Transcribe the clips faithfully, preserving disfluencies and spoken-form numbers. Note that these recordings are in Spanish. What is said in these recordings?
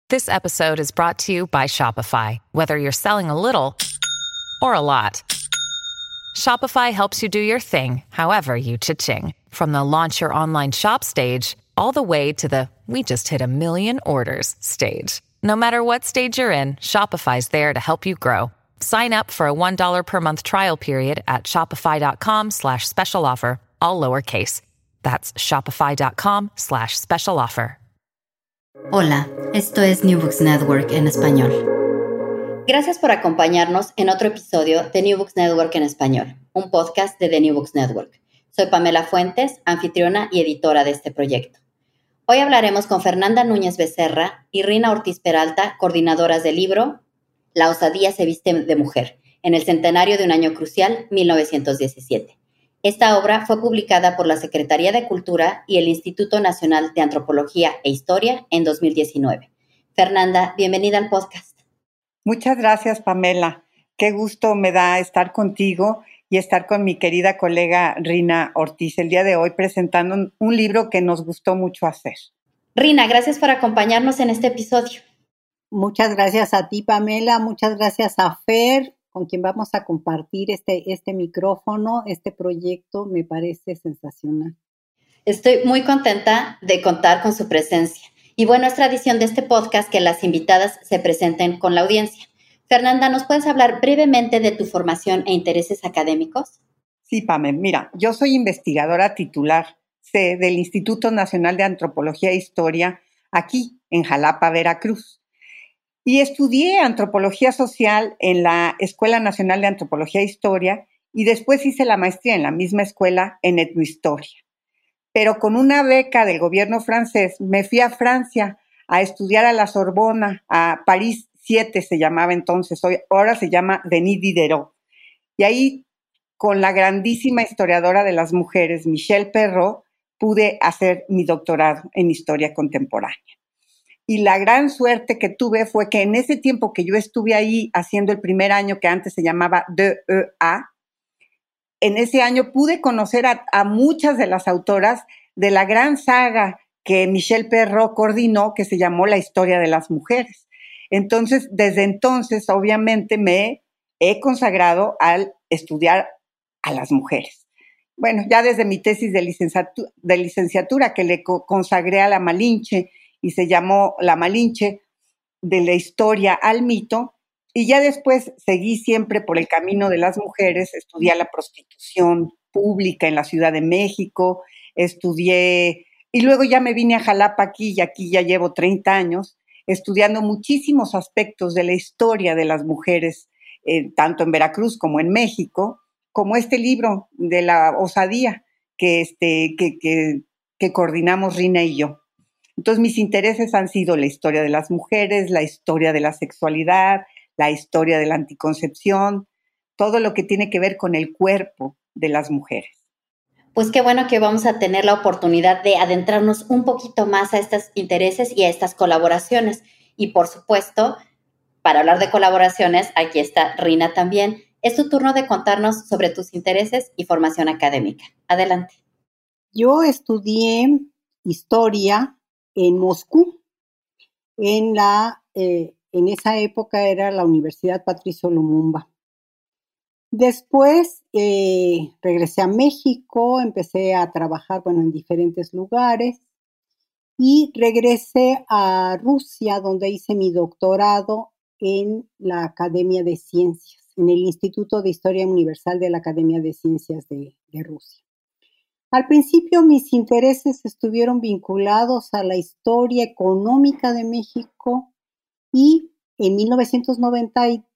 This episode is brought to you by Shopify. Whether you're selling a little or a lot, Shopify helps you do your thing, however you cha-ching. From the launch your online shop stage, all the way to the we just hit a million orders stage. No matter what stage you're in, Shopify's there to help you grow. Sign up for a one dollar per month trial period at shopify.com slash special offer, all lowercase. That's shopify.com slash special offer. Hola, esto es New Books Network en español. Gracias por acompañarnos en otro episodio de New Books Network en español, un podcast de The New Books Network. Soy Pamela Fuentes, anfitriona y editora de este proyecto. Hoy hablaremos con Fernanda Núñez Becerra y Rina Ortiz Peralta, coordinadoras del libro La osadía se viste de mujer, en el centenario de un año crucial, mil novecientos diecisiete. Esta obra fue publicada por la Secretaría de Cultura y el Instituto Nacional de Antropología e Historia en dos mil diecinueve. Fernanda, bienvenida al podcast. Muchas gracias, Pamela. Qué gusto me da estar contigo y estar con mi querida colega Rina Ortiz el día de hoy presentando un libro que nos gustó mucho hacer. Rina, gracias por acompañarnos en este episodio. Muchas gracias a ti, Pamela. Muchas gracias a Fer, con quien vamos a compartir este, este micrófono. Este proyecto me parece sensacional. Estoy muy contenta de contar con su presencia. Y bueno, es tradición de este podcast que las invitadas se presenten con la audiencia. Fernanda, ¿nos puedes hablar brevemente de tu formación e intereses académicos? Sí, Pamela. Mira, yo soy investigadora titular C del Instituto Nacional de Antropología e Historia aquí en Jalapa, Veracruz. Y estudié antropología social en la Escuela Nacional de Antropología e Historia y después hice la maestría en la misma escuela en etnohistoria. Pero con una beca del gobierno francés me fui a Francia a estudiar a la Sorbona, a París siete se llamaba entonces, hoy, ahora se llama Denis Diderot. Y ahí, con la grandísima historiadora de las mujeres, Michelle Perrot, pude hacer mi doctorado en historia contemporánea. Y la gran suerte que tuve fue que en ese tiempo que yo estuve ahí haciendo el primer año que antes se llamaba D E A, en ese año pude conocer a, a muchas de las autoras de la gran saga que Michelle Perrot coordinó, que se llamó La historia de las mujeres. Entonces, desde entonces, obviamente, me he consagrado al estudiar a las mujeres. Bueno, ya desde mi tesis de licenciatura, de licenciatura que le co- consagré a la Malinche, y se llamó La Malinche, de la historia al mito, y ya después seguí siempre por el camino de las mujeres, estudié la prostitución pública en la Ciudad de México, estudié, y luego ya me vine a Jalapa aquí, y aquí ya llevo treinta años, estudiando muchísimos aspectos de la historia de las mujeres, eh, tanto en Veracruz como en México, como este libro de la osadía que, este, que, que, que coordinamos Rina y yo. Entonces, mis intereses han sido la historia de las mujeres, la historia de la sexualidad, la historia de la anticoncepción, todo lo que tiene que ver con el cuerpo de las mujeres. Pues qué bueno que vamos a tener la oportunidad de adentrarnos un poquito más a estos intereses y a estas colaboraciones. Y por supuesto, para hablar de colaboraciones, aquí está Rina también. Es tu turno de contarnos sobre tus intereses y formación académica. Adelante. Yo estudié historia en Moscú. En, la, eh, en esa época era la Universidad Patricio Lumumba. Después eh, regresé a México, empecé a trabajar, bueno, en diferentes lugares y regresé a Rusia, donde hice mi doctorado en la Academia de Ciencias, en el Instituto de Historia Universal de la Academia de Ciencias de, de Rusia. Al principio mis intereses estuvieron vinculados a la historia económica de México y en mil novecientos noventa y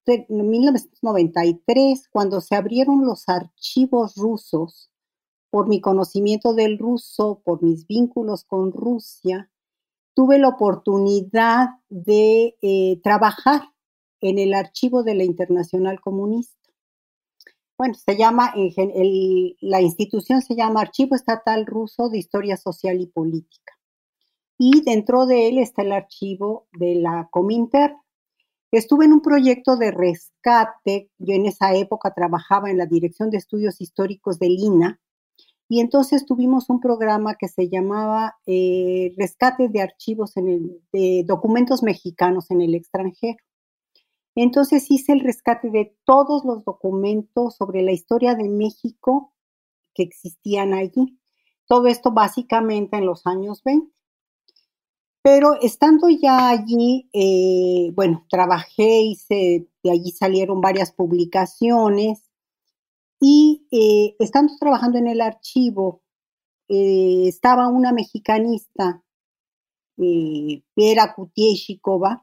tres, cuando se abrieron los archivos rusos, por mi conocimiento del ruso, por mis vínculos con Rusia, tuve la oportunidad de eh, trabajar en el archivo de la Internacional Comunista. Bueno, se llama, el, la institución se llama Archivo Estatal Ruso de Historia Social y Política. Y dentro de él está el archivo de la Comintern. Estuve en un proyecto de rescate. Yo en esa época trabajaba en la Dirección de Estudios Históricos del I N A Y entonces tuvimos un programa que se llamaba eh, Rescate de Archivos en el, de Documentos Mexicanos en el Extranjero. Entonces hice el rescate de todos los documentos sobre la historia de México que existían allí. Todo esto básicamente en los años veinte. Pero estando ya allí, eh, bueno, trabajé, hice, de allí salieron varias publicaciones y eh, estando trabajando en el archivo, eh, estaba una mexicanista, eh, Vera Kutieshikova,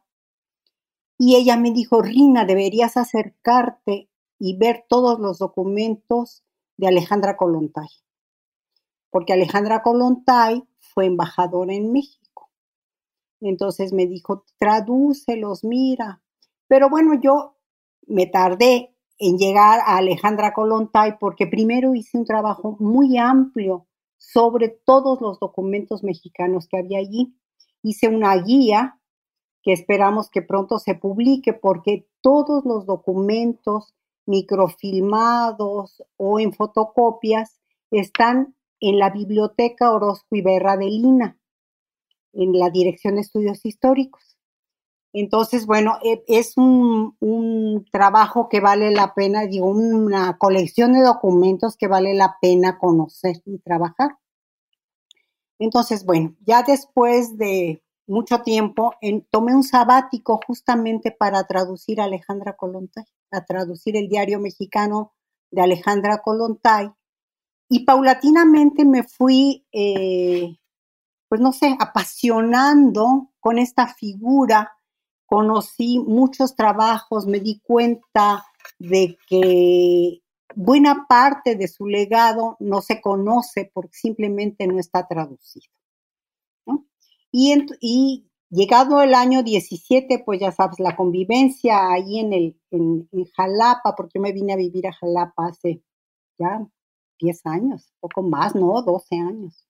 y ella me dijo, Rina, deberías acercarte y ver todos los documentos de Alejandra Kollontai, porque Alejandra Kollontai fue embajadora en México. Entonces me dijo, tradúcelos, mira. Pero bueno, yo me tardé en llegar a Alejandra Kollontai porque primero hice un trabajo muy amplio sobre todos los documentos mexicanos que había allí. Hice una guía que esperamos que pronto se publique porque todos los documentos microfilmados o en fotocopias están en la Biblioteca Orozco Iberra de Lina, en la Dirección de Estudios Históricos. Entonces, bueno, es un, un trabajo que vale la pena, digo, una colección de documentos que vale la pena conocer y trabajar. Entonces, bueno, ya después de mucho tiempo, en, tomé un sabático justamente para traducir a Alejandra Kollontai, a traducir el diario mexicano de Alejandra Kollontai, y paulatinamente me fui, eh, pues no sé, apasionando con esta figura. Conocí muchos trabajos, me di cuenta de que buena parte de su legado no se conoce porque simplemente no está traducido, ¿no? Y, en, y llegado el año diecisiete, pues ya sabes, la convivencia ahí en, el, en, en Jalapa, porque yo me vine a vivir a Jalapa hace ya diez años, poco más, ¿no? doce años.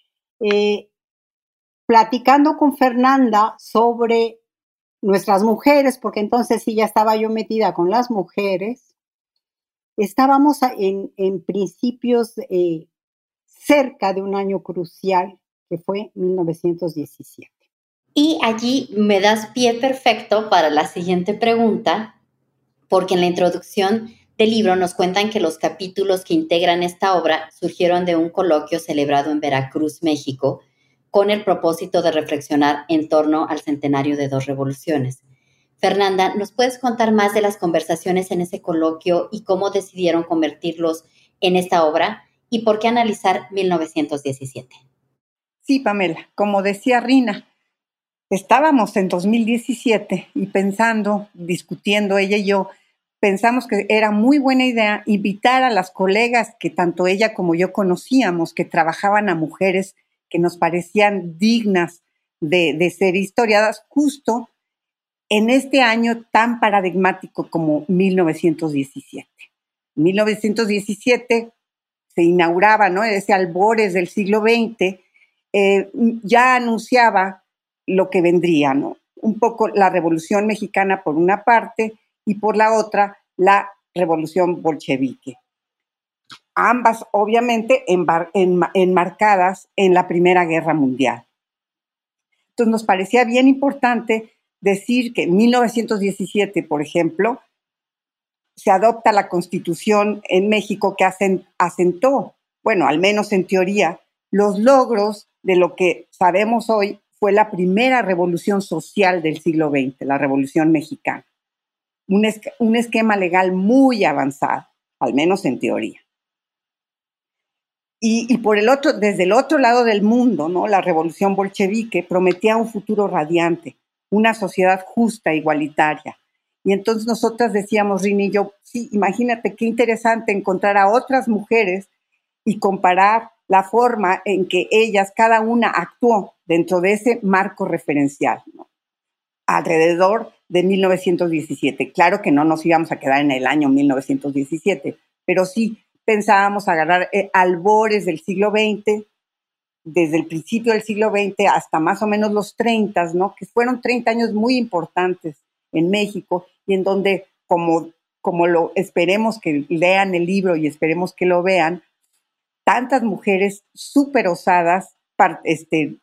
Eh, platicando con Fernanda sobre nuestras mujeres, porque entonces sí ya estaba yo metida con las mujeres, estábamos en, en principios eh, cerca de un año crucial que fue mil novecientos diecisiete. Y allí me das pie perfecto para la siguiente pregunta, porque en la introducción del libro nos cuentan que los capítulos que integran esta obra surgieron de un coloquio celebrado en Veracruz, México, con el propósito de reflexionar en torno al centenario de dos revoluciones. Fernanda, ¿nos puedes contar más de las conversaciones en ese coloquio y cómo decidieron convertirlos en esta obra y por qué analizar mil novecientos diecisiete? Sí, Pamela, como decía Rina, estábamos en dos mil diecisiete y pensando, discutiendo ella y yo, pensamos que era muy buena idea invitar a las colegas que tanto ella como yo conocíamos, que trabajaban a mujeres que nos parecían dignas de, de ser historiadas justo en este año tan paradigmático como mil novecientos diecisiete. mil novecientos diecisiete se inauguraba, ¿no?, ese albores del siglo veinte, eh, ya anunciaba lo que vendría, ¿no? Un poco la Revolución Mexicana por una parte y por la otra la Revolución Bolchevique. Ambas, obviamente, enbar- enma- enmarcadas en la Primera Guerra Mundial. Entonces nos parecía bien importante decir que en mil novecientos diecisiete, por ejemplo, se adopta la Constitución en México que asentó, bueno, al menos en teoría, los logros de lo que sabemos hoy fue la primera revolución social del siglo veinte, la Revolución Mexicana. Un, es, un esquema legal muy avanzado, al menos en teoría. Y, y por el otro, desde el otro lado del mundo, ¿no?, la revolución bolchevique prometía un futuro radiante, una sociedad justa, igualitaria. Y entonces nosotras decíamos, Rini y yo, sí, imagínate qué interesante encontrar a otras mujeres y comparar la forma en que ellas, cada una, actuó dentro de ese marco referencial, ¿no?, alrededor de mil novecientos diecisiete. Claro que no nos íbamos a quedar en el año mil novecientos diecisiete, pero sí pensábamos agarrar eh, albores del siglo veinte, desde el principio del siglo veinte hasta más o menos los treinta, ¿no?, que fueron treinta años muy importantes en México y en donde, como, como lo esperemos que lean el libro y esperemos que lo vean, tantas mujeres súper osadas este,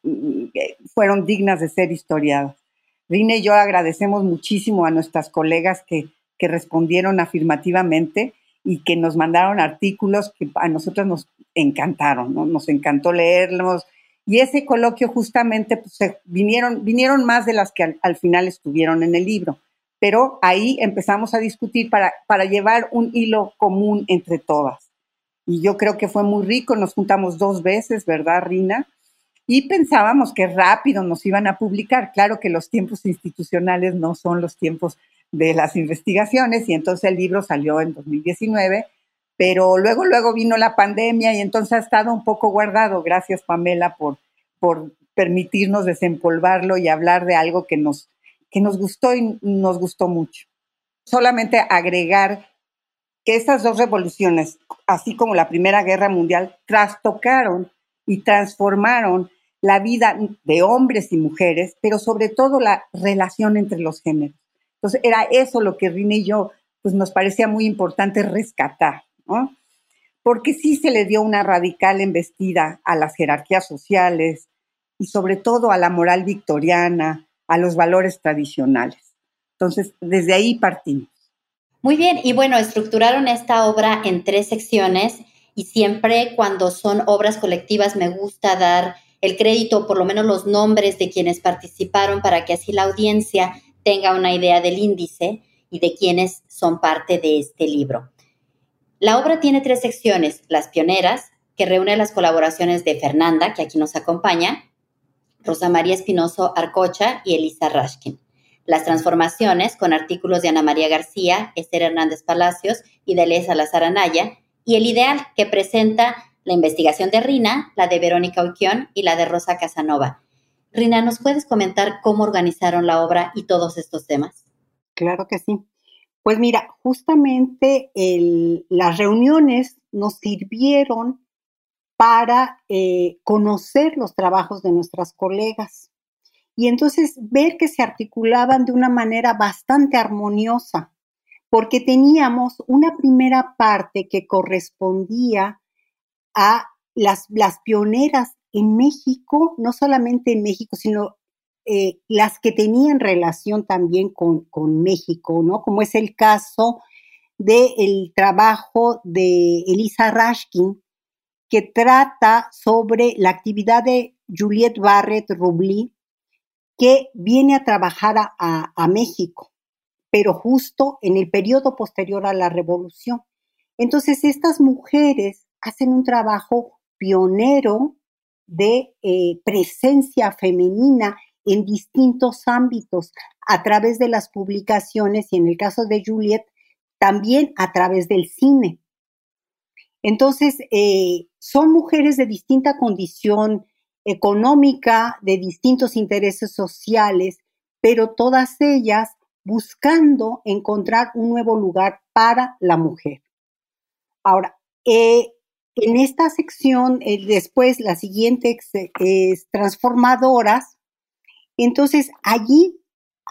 fueron dignas de ser historiadas. Rina y yo agradecemos muchísimo a nuestras colegas que, que respondieron afirmativamente y que nos mandaron artículos que a nosotros nos encantaron, ¿no? Nos encantó leerlos. Y ese coloquio justamente pues, se vinieron, vinieron más de las que al, al final estuvieron en el libro. Pero ahí empezamos a discutir para, para llevar un hilo común entre todas. Y yo creo que fue muy rico, nos juntamos dos veces, ¿verdad, Rina? Y pensábamos que rápido nos iban a publicar. Claro que los tiempos institucionales no son los tiempos de las investigaciones y entonces el libro salió en dos mil diecinueve, pero luego, luego vino la pandemia y entonces ha estado un poco guardado. Gracias, Pamela, por, por permitirnos desempolvarlo y hablar de algo que nos, que nos gustó y nos gustó mucho. Solamente agregar que estas dos revoluciones, así como la Primera Guerra Mundial, trastocaron y transformaron la vida de hombres y mujeres, pero sobre todo la relación entre los géneros. Entonces, era eso lo que Rina y yo pues, nos parecía muy importante rescatar, ¿no? Porque sí se le dio una radical embestida a las jerarquías sociales y sobre todo a la moral victoriana, a los valores tradicionales. Entonces, desde ahí partimos. Muy bien, y bueno, estructuraron esta obra en tres secciones y siempre cuando son obras colectivas me gusta dar el crédito, por lo menos los nombres de quienes participaron para que así la audiencia tenga una idea del índice y de quienes son parte de este libro. La obra tiene tres secciones: Las Pioneras, que reúne las colaboraciones de Fernanda, que aquí nos acompaña, Rosa María Espinoso Arcocha y Elisa Rashkin. Las Transformaciones, con artículos de Ana María García, Esther Hernández Palacios y de Elena Salazar Anaya, y El Ideal, que presenta la investigación de Rina, la de Verónica Uquión y la de Rosa Casanova. Rina, ¿nos puedes comentar cómo organizaron la obra y todos estos temas? Claro que sí. Pues mira, justamente el, las reuniones nos sirvieron para eh, conocer los trabajos de nuestras colegas y entonces ver que se articulaban de una manera bastante armoniosa, porque teníamos una primera parte que correspondía a las, las pioneras en México, no solamente en México, sino eh, las que tenían relación también con, con México, ¿no? Como es el caso del trabajo de Elisa Rashkin, que trata sobre la actividad de Juliette Barrett Rubly, que viene a trabajar a, a, a México, pero justo en el periodo posterior a la Revolución. Entonces, estas mujeres hacen un trabajo pionero de eh, presencia femenina en distintos ámbitos, a través de las publicaciones y en el caso de Juliette, también a través del cine. Entonces, eh, son mujeres de distinta condición económica, de distintos intereses sociales, pero todas ellas buscando encontrar un nuevo lugar para la mujer. Ahora, eh, en esta sección, eh, después la siguiente es, es Transformadoras. Entonces, allí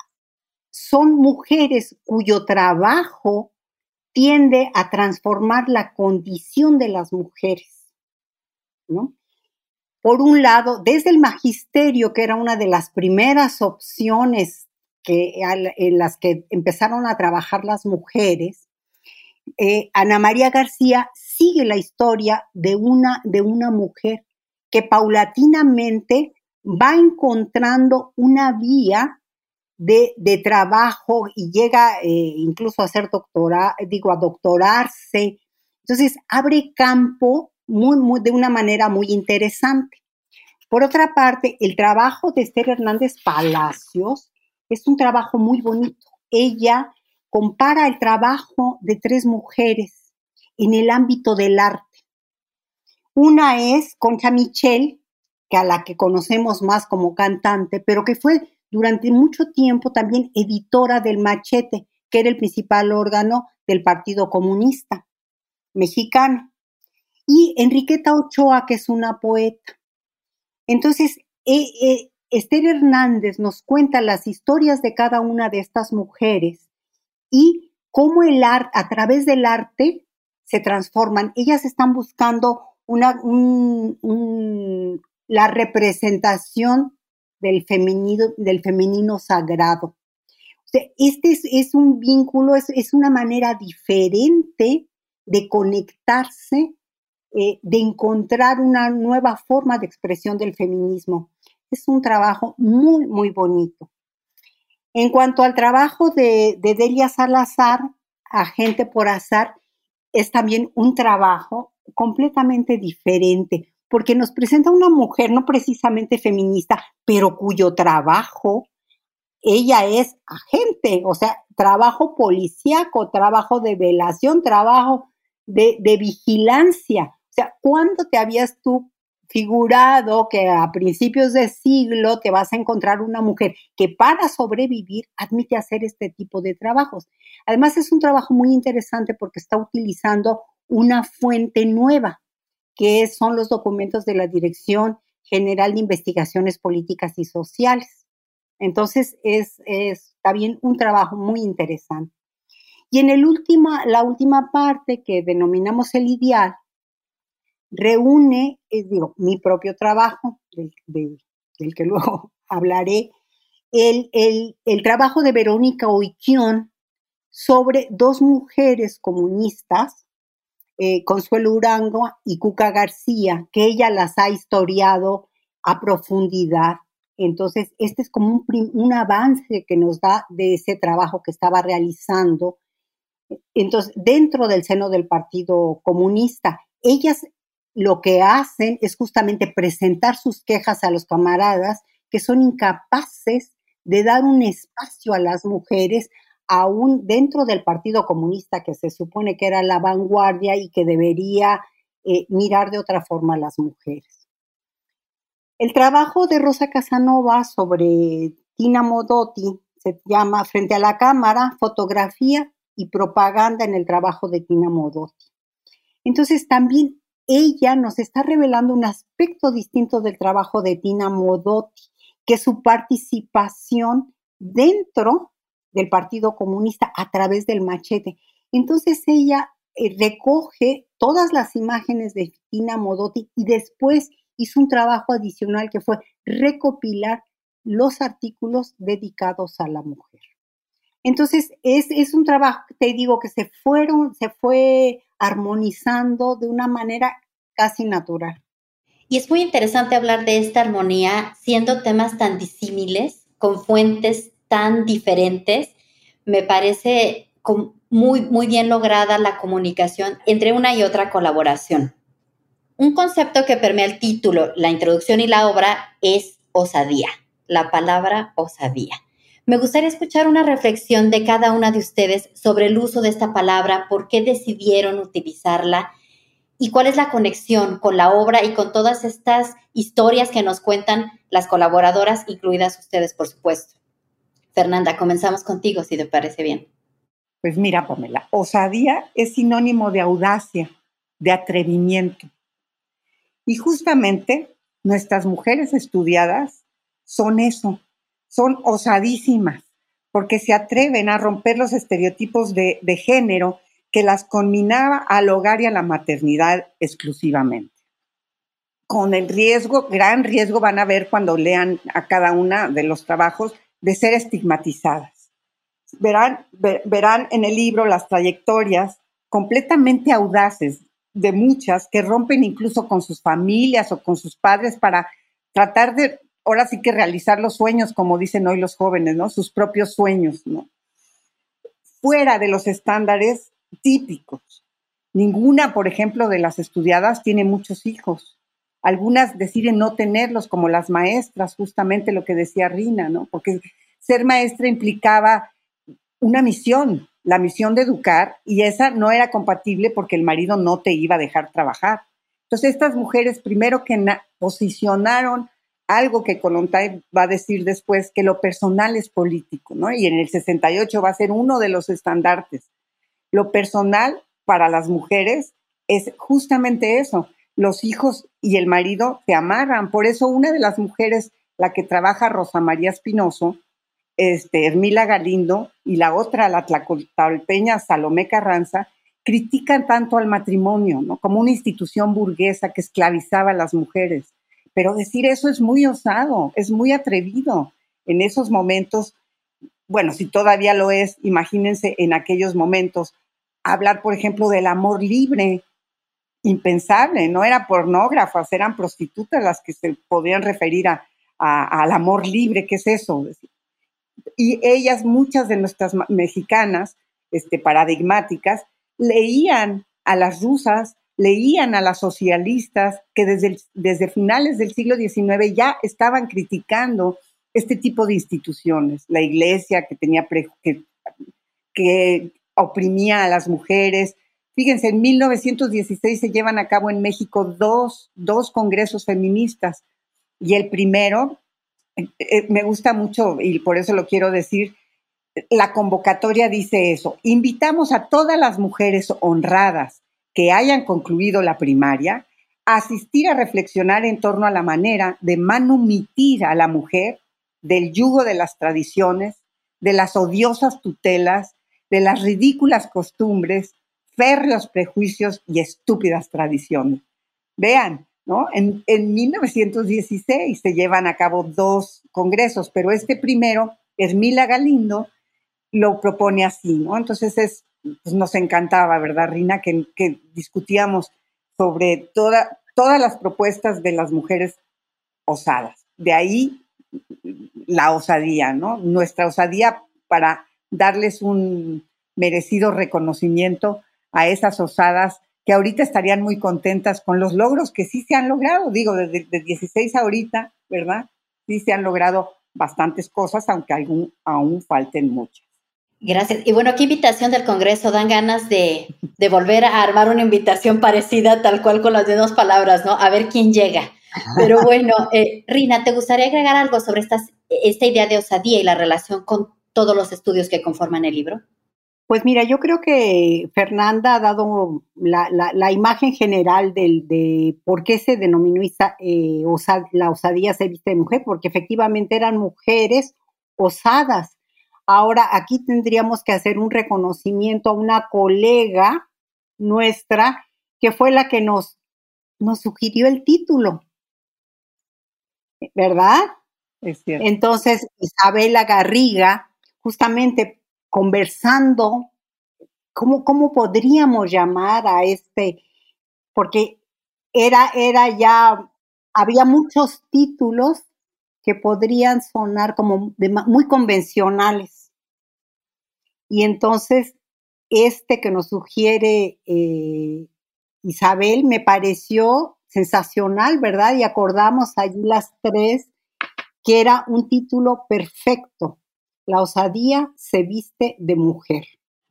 son mujeres cuyo trabajo tiende a transformar la condición de las mujeres, ¿no? Por un lado, desde el magisterio, que era una de las primeras opciones que, en las que empezaron a trabajar las mujeres, eh, Ana María García sigue la historia de una, de una mujer que paulatinamente va encontrando una vía De, de trabajo y llega eh, incluso a ser doctora, digo, a doctorarse. Entonces, abre campo muy, muy, de una manera muy interesante. Por otra parte, el trabajo de Esther Hernández Palacios es un trabajo muy bonito. Ella compara el trabajo de tres mujeres en el ámbito del arte. Una es Concha Michel, que a la que conocemos más como cantante, pero que fue durante mucho tiempo también editora del Machete, que era el principal órgano del Partido Comunista Mexicano. Y Enriqueta Ochoa, que es una poeta. Entonces, eh, eh, Esther Hernández nos cuenta las historias de cada una de estas mujeres y cómo el arte, a través del arte, se transforman. Ellas están buscando una, un, un, la representación del femenino, del femenino sagrado. O sea, este es, es un vínculo, es, es una manera diferente de conectarse, eh, de encontrar una nueva forma de expresión del feminismo. Es un trabajo muy, muy bonito. En cuanto al trabajo de, de Delia Salazar, Agente por Azar, es también un trabajo completamente diferente, porque nos presenta una mujer no precisamente feminista, pero cuyo trabajo, ella es agente, o sea, trabajo policíaco, trabajo de velación, trabajo de, de vigilancia. O sea, ¿cuándo te habías tú figurado que a principios de siglo te vas a encontrar una mujer que para sobrevivir admite hacer este tipo de trabajos? Además, es un trabajo muy interesante porque está utilizando una fuente nueva, que son los documentos de la Dirección General de Investigaciones Políticas y Sociales. Entonces, es, es también un trabajo muy interesante. Y en el última, la última parte, que denominamos el ideal, reúne, es, digo, mi propio trabajo, del, del, del que luego hablaré, el, el, el trabajo de Verónica Oiquión sobre dos mujeres comunistas, eh, Consuelo Urango y Cuca García, que ella las ha historiado a profundidad. Entonces, este es como un, un avance que nos da de ese trabajo que estaba realizando. Entonces, dentro del seno del Partido Comunista, ellas lo que hacen es justamente presentar sus quejas a los camaradas que son incapaces de dar un espacio a las mujeres, aún dentro del Partido Comunista, que se supone que era la vanguardia y que debería eh, mirar de otra forma a las mujeres. El trabajo de Rosa Casanova sobre Tina Modotti se llama Frente a la Cámara, Fotografía y Propaganda en el trabajo de Tina Modotti. Entonces, también ella nos está revelando un aspecto distinto del trabajo de Tina Modotti, que es su participación dentro del Partido Comunista a través del machete. Entonces ella eh, recoge todas las imágenes de Tina Modotti y después hizo un trabajo adicional que fue recopilar los artículos dedicados a la mujer. Entonces es, es un trabajo, te digo, que se fueron, se fue armonizando de una manera casi natural. Y es muy interesante hablar de esta armonía siendo temas tan disímiles, con fuentes tan diferentes. Me parece muy, muy bien lograda la comunicación entre una y otra colaboración. Un concepto que permea el título, la introducción y la obra es osadía, la palabra osadía. Me gustaría escuchar una reflexión de cada una de ustedes sobre el uso de esta palabra, por qué decidieron utilizarla y cuál es la conexión con la obra y con todas estas historias que nos cuentan las colaboradoras, incluidas ustedes, por supuesto. Fernanda, comenzamos contigo, si te parece bien. Pues mira, Pamela, osadía es sinónimo de audacia, de atrevimiento. Y justamente nuestras mujeres estudiadas son eso, son osadísimas, porque se atreven a romper los estereotipos de, de género que las conminaba al hogar y a la maternidad exclusivamente. Con el riesgo, gran riesgo van a ver cuando lean a cada una de los trabajos de ser estigmatizadas. Verán, ver, verán en el libro las trayectorias completamente audaces de muchas que rompen incluso con sus familias o con sus padres para tratar de, ahora sí que realizar los sueños, como dicen hoy los jóvenes, ¿no? Sus propios sueños, ¿no? Fuera de los estándares típicos. Ninguna, por ejemplo, de las estudiadas tiene muchos hijos. Algunas deciden no tenerlos, como las maestras, justamente lo que decía Rina, ¿no? Porque ser maestra implicaba una misión, la misión de educar, y esa no era compatible porque el marido no te iba a dejar trabajar. Entonces, estas mujeres, primero que na- posicionaron algo que Kollontai va a decir después, que lo personal es político, ¿no? Y en el sesenta y ocho va a ser uno de los estandartes. Lo personal para las mujeres es justamente eso. Los hijos y el marido te amarran. Por eso una de las mujeres, la que trabaja Rosa María Espinoso, este, Hermila Galindo, y la otra, la tlacotalpeña Salomé Carranza, critican tanto al matrimonio, ¿no? Como una institución burguesa que esclavizaba a las mujeres. Pero decir eso es muy osado, es muy atrevido. En esos momentos, bueno, si todavía lo es, imagínense en aquellos momentos, hablar, por ejemplo, del amor libre, impensable, no eran pornógrafas, eran prostitutas las que se podían referir a, a, al amor libre, ¿qué es eso? Y ellas, muchas de nuestras mexicanas este, paradigmáticas, leían a las rusas, leían a las socialistas que desde, el, desde finales del siglo diecinueve ya estaban criticando este tipo de instituciones. La iglesia que, tenía pre, que, que oprimía a las mujeres. Fíjense, en mil novecientos dieciséis se llevan a cabo en México dos, dos congresos feministas y el primero, eh, me gusta mucho y por eso lo quiero decir, la convocatoria dice eso: invitamos a todas las mujeres honradas que hayan concluido la primaria a asistir a reflexionar en torno a la manera de manumitir a la mujer del yugo de las tradiciones, de las odiosas tutelas, de las ridículas costumbres, férreos prejuicios y estúpidas tradiciones. Vean, ¿no? En, en mil novecientos dieciséis se llevan a cabo dos congresos, pero este primero, Ermila Galindo, lo propone así, ¿no? Entonces es, pues nos encantaba, ¿verdad, Rina? Que, que discutíamos sobre toda, todas las propuestas de las mujeres osadas. De ahí la osadía, ¿no? Nuestra osadía para darles un merecido reconocimiento a esas osadas que ahorita estarían muy contentas con los logros que sí se han logrado. Digo, desde de dieciséis a ahorita, ¿verdad? Sí se han logrado bastantes cosas, aunque algún, aún falten muchas. Gracias. Y bueno, qué invitación del Congreso. Dan ganas de, de volver a armar una invitación parecida, tal cual con las mismas palabras, ¿no? A ver quién llega. Pero bueno, eh, Rina, ¿te gustaría agregar algo sobre estas, esta idea de osadía y la relación con todos los estudios que conforman el libro? Pues mira, yo creo que Fernanda ha dado la, la, la imagen general del, de por qué se denominó eh, osad, la osadía se viste de mujer, porque efectivamente eran mujeres osadas. Ahora, aquí tendríamos que hacer un reconocimiento a una colega nuestra que fue la que nos, nos sugirió el título, ¿verdad? Es cierto. Entonces, Isabela Garriga, justamente conversando, ¿cómo, cómo podríamos llamar a este? Porque era, era ya, había muchos títulos que podrían sonar como de, muy convencionales. Y entonces, este que nos sugiere eh, Isabel me pareció sensacional, ¿verdad? Y acordamos allí las tres que era un título perfecto. La osadía se viste de mujer.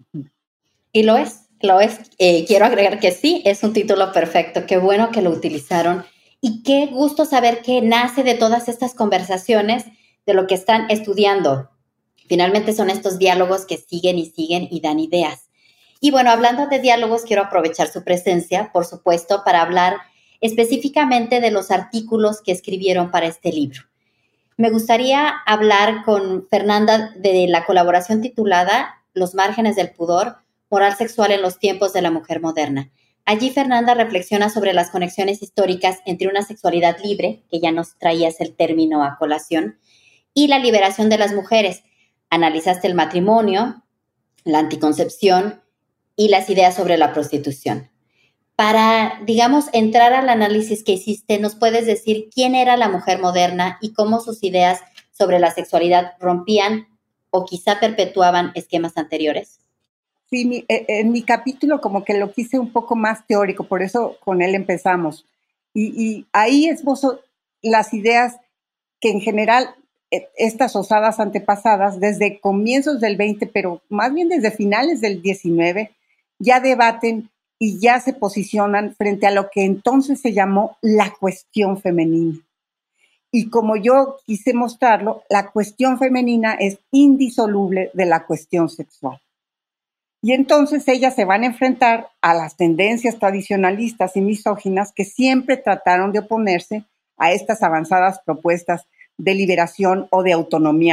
Y lo es, lo es. Eh, quiero agregar que sí, es un título perfecto. Qué bueno que lo utilizaron. Y qué gusto saber que nace de todas estas conversaciones, de lo que están estudiando. Finalmente son estos diálogos que siguen y siguen y dan ideas. Y bueno, hablando de diálogos, quiero aprovechar su presencia, por supuesto, para hablar específicamente de los artículos que escribieron para este libro. Me gustaría hablar con Fernanda de la colaboración titulada Los márgenes del pudor, moral sexual en los tiempos de la mujer moderna. Allí Fernanda reflexiona sobre las conexiones históricas entre una sexualidad libre, que ya nos traías el término a colación, y la liberación de las mujeres. Analizaste el matrimonio, la anticoncepción y las ideas sobre la prostitución. Para, digamos, entrar al análisis que hiciste, ¿nos puedes decir quién era la mujer moderna y cómo sus ideas sobre la sexualidad rompían o quizá perpetuaban esquemas anteriores? Sí, mi, en mi capítulo como que lo quise un poco más teórico, por eso con él empezamos. Y, y ahí esbozo las ideas que en general estas osadas antepasadas, desde comienzos del veinte, pero más bien desde finales del diecinueve, ya debaten y ya se posicionan frente a lo que entonces se llamó la cuestión femenina. Y como yo quise mostrarlo, la cuestión femenina es indisoluble de la cuestión sexual. Y entonces ellas se van a enfrentar a las tendencias tradicionalistas y misóginas que siempre trataron de oponerse a estas avanzadas propuestas de liberación o de autonomía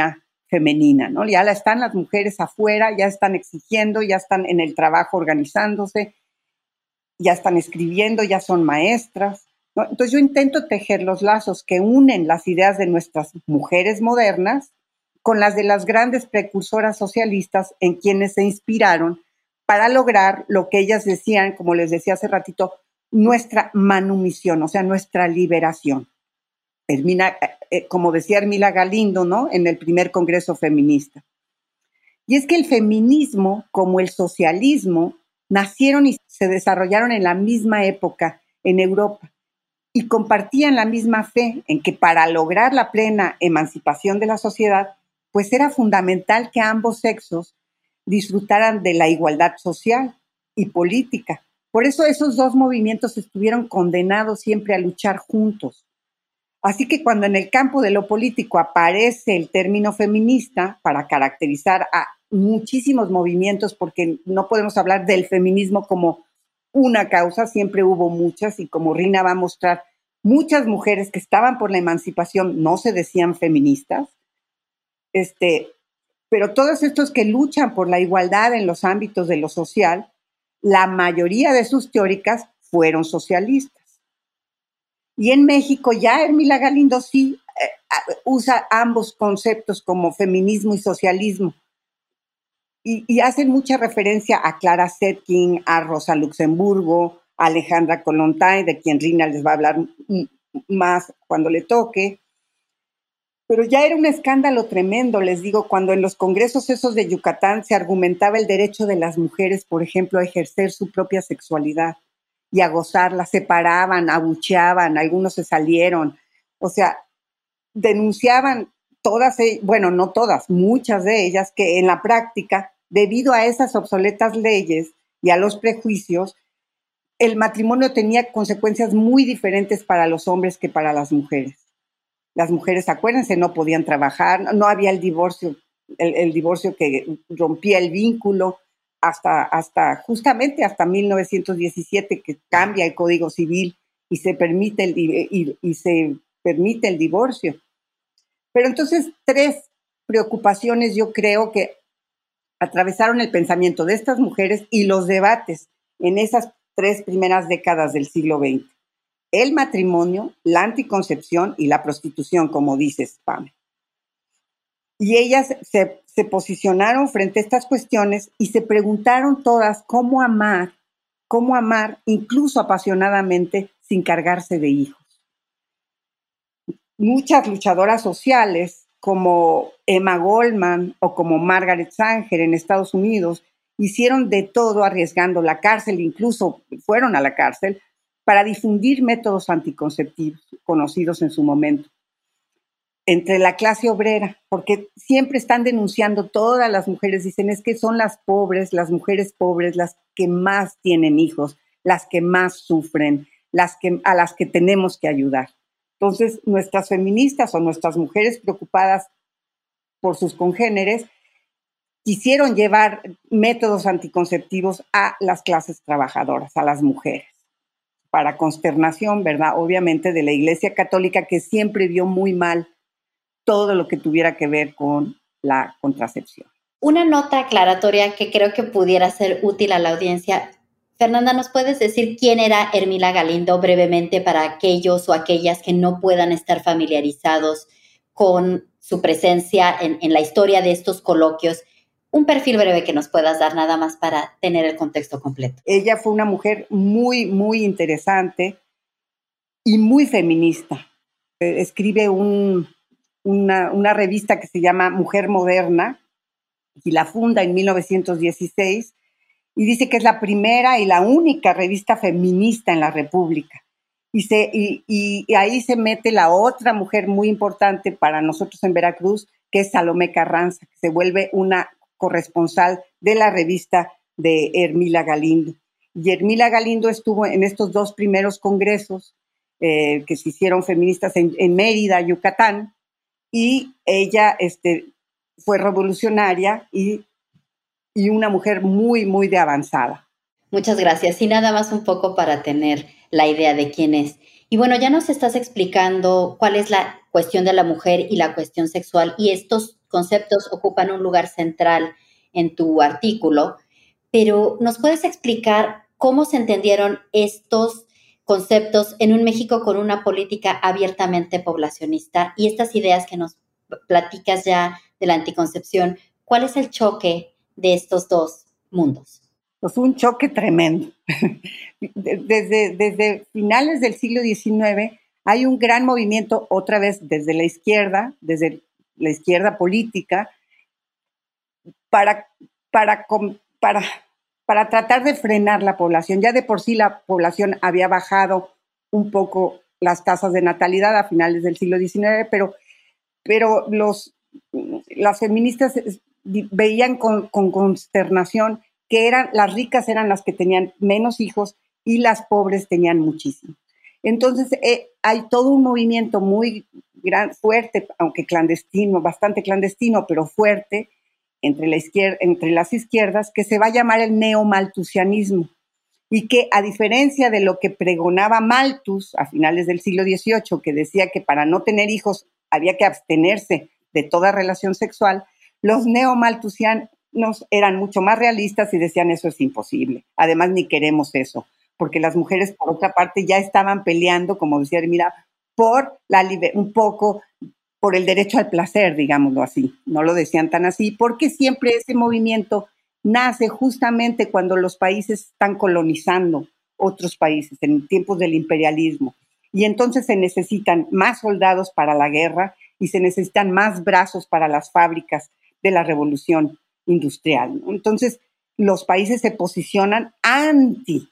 femenina, ¿no? Ya la están las mujeres afuera, ya están exigiendo, ya están en el trabajo organizándose, ya están escribiendo, ya son maestras, ¿no? Entonces yo intento tejer los lazos que unen las ideas de nuestras mujeres modernas con las de las grandes precursoras socialistas en quienes se inspiraron para lograr lo que ellas decían, como les decía hace ratito, nuestra manumisión, o sea, nuestra liberación. Hermina, eh, como decía Hermila Galindo, ¿no? En el primer Congreso Feminista. Y es que el feminismo, como el socialismo, nacieron y se desarrollaron en la misma época en Europa y compartían la misma fe en que para lograr la plena emancipación de la sociedad, pues era fundamental que ambos sexos disfrutaran de la igualdad social y política. Por eso esos dos movimientos estuvieron condenados siempre a luchar juntos. Así que cuando en el campo de lo político aparece el término feminista para caracterizar a muchísimos movimientos, porque no podemos hablar del feminismo como una causa, siempre hubo muchas, y como Rina va a mostrar, muchas mujeres que estaban por la emancipación no se decían feministas, este, pero todos estos que luchan por la igualdad en los ámbitos de lo social, la mayoría de sus teóricas fueron socialistas. Y en México ya Hermila Galindo sí eh, usa ambos conceptos como feminismo y socialismo. Y, y hacen mucha referencia a Clara Zetkin, a Rosa Luxemburgo, a Alejandra Kollontai, de quien Rina les va a hablar m- más cuando le toque. Pero ya era un escándalo tremendo, les digo, cuando en los congresos esos de Yucatán se argumentaba el derecho de las mujeres, por ejemplo, a ejercer su propia sexualidad y a gozarla, se paraban, abucheaban, algunos se salieron, o sea, denunciaban todas, bueno, no todas, muchas de ellas, que en la práctica, debido a esas obsoletas leyes y a los prejuicios, el matrimonio tenía consecuencias muy diferentes para los hombres que para las mujeres. Las mujeres, acuérdense, no podían trabajar, no había el divorcio, el, el divorcio que rompía el vínculo, hasta, hasta justamente hasta mil novecientos diecisiete, que cambia el Código Civil y se permite el, y, y se permite el divorcio. Pero entonces, tres preocupaciones yo creo que atravesaron el pensamiento de estas mujeres y los debates en esas tres primeras décadas del siglo veinte. El matrimonio, la anticoncepción y la prostitución, como dices, Pam. Y ellas se, se posicionaron frente a estas cuestiones y se preguntaron todas cómo amar, cómo amar incluso apasionadamente sin cargarse de hijos. Muchas luchadoras sociales, como Emma Goldman o como Margaret Sanger en Estados Unidos, hicieron de todo arriesgando la cárcel, incluso fueron a la cárcel, para difundir métodos anticonceptivos conocidos en su momento entre la clase obrera, porque siempre están denunciando, todas las mujeres dicen, es que son las pobres, las mujeres pobres, las que más tienen hijos, las que más sufren, las que, a las que tenemos que ayudar. Entonces, nuestras feministas o nuestras mujeres preocupadas por sus congéneres quisieron llevar métodos anticonceptivos a las clases trabajadoras, a las mujeres, para consternación, ¿verdad? Obviamente de la Iglesia Católica, que siempre vio muy mal todo lo que tuviera que ver con la contracepción. Una nota aclaratoria que creo que pudiera ser útil a la audiencia. Fernanda, ¿nos puedes decir quién era Hermila Galindo brevemente para aquellos o aquellas que no puedan estar familiarizados con su presencia en, en la historia de estos coloquios? Un perfil breve que nos puedas dar nada más para tener el contexto completo. Ella fue una mujer muy, muy interesante y muy feminista. Eh, escribe un, una, una revista que se llama Mujer Moderna y la funda en mil novecientos dieciséis y dice que es la primera y la única revista feminista en la República. Y, se, y, y ahí se mete la otra mujer muy importante para nosotros en Veracruz, que es Salomé Carranza, que se vuelve una corresponsal de la revista de Hermila Galindo. Y Hermila Galindo estuvo en estos dos primeros congresos eh, que se hicieron feministas en, en Mérida, Yucatán, y ella este, fue revolucionaria y, y una mujer muy, muy de avanzada. Muchas gracias. Y nada más un poco para tener la idea de quién es. Y bueno, ya nos estás explicando cuál es la cuestión de la mujer y la cuestión sexual y estos conceptos ocupan un lugar central en tu artículo, pero ¿nos puedes explicar cómo se entendieron estos conceptos en un México con una política abiertamente poblacionista y estas ideas que nos platicas ya de la anticoncepción? ¿Cuál es el choque de estos dos mundos? Pues un choque tremendo. Desde, desde finales del siglo diecinueve hay un gran movimiento, otra vez desde la izquierda, desde la izquierda política, para, para, para, para tratar de frenar la población. Ya de por sí la población había bajado un poco las tasas de natalidad a finales del siglo diecinueve, pero, pero los, las feministas veían con, con consternación que eran, las ricas eran las que tenían menos hijos y las pobres tenían muchísimo. Entonces eh, hay todo un movimiento muy gran, fuerte, aunque clandestino, bastante clandestino, pero fuerte, entre, la izquierda, entre las izquierdas, que se va a llamar el neomalthusianismo, y que a diferencia de lo que pregonaba Malthus a finales del siglo dieciocho, que decía que para no tener hijos había que abstenerse de toda relación sexual, los neomalthusianos eran mucho más realistas y decían eso es imposible. Además, ni queremos eso, porque las mujeres, por otra parte, ya estaban peleando, como decía, mira, por la liber- un poco por el derecho al placer, digámoslo así. No lo decían tan así, porque siempre ese movimiento nace justamente cuando los países están colonizando otros países, en tiempos del imperialismo. Y entonces se necesitan más soldados para la guerra y se necesitan más brazos para las fábricas de la revolución industrial, ¿no? Entonces, los países se posicionan anti,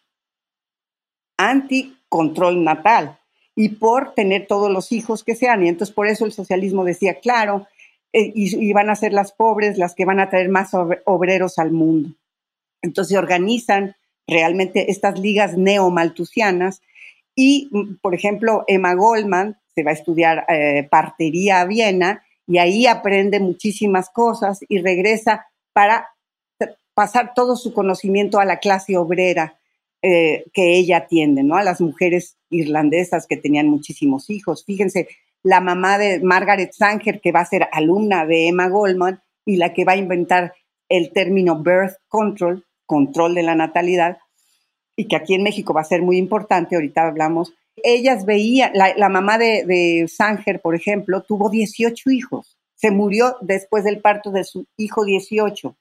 anti control natal y por tener todos los hijos que sean. Y entonces, por eso el socialismo decía, claro, eh, y, y van a ser las pobres las que van a traer más obreros al mundo. Entonces, se organizan realmente estas ligas neomalthusianas y, por ejemplo, Emma Goldman se va a estudiar eh, partería a Viena y ahí aprende muchísimas cosas y regresa para pasar todo su conocimiento a la clase obrera eh, que ella atiende, ¿no? A las mujeres irlandesas que tenían muchísimos hijos. Fíjense, la mamá de Margaret Sanger, que va a ser alumna de Emma Goldman y la que va a inventar el término birth control, control de la natalidad, y que aquí en México va a ser muy importante, ahorita hablamos. Ellas veían, la, la mamá de, de Sanger, por ejemplo, tuvo dieciocho hijos. Se murió después del parto de su hijo dieciocho.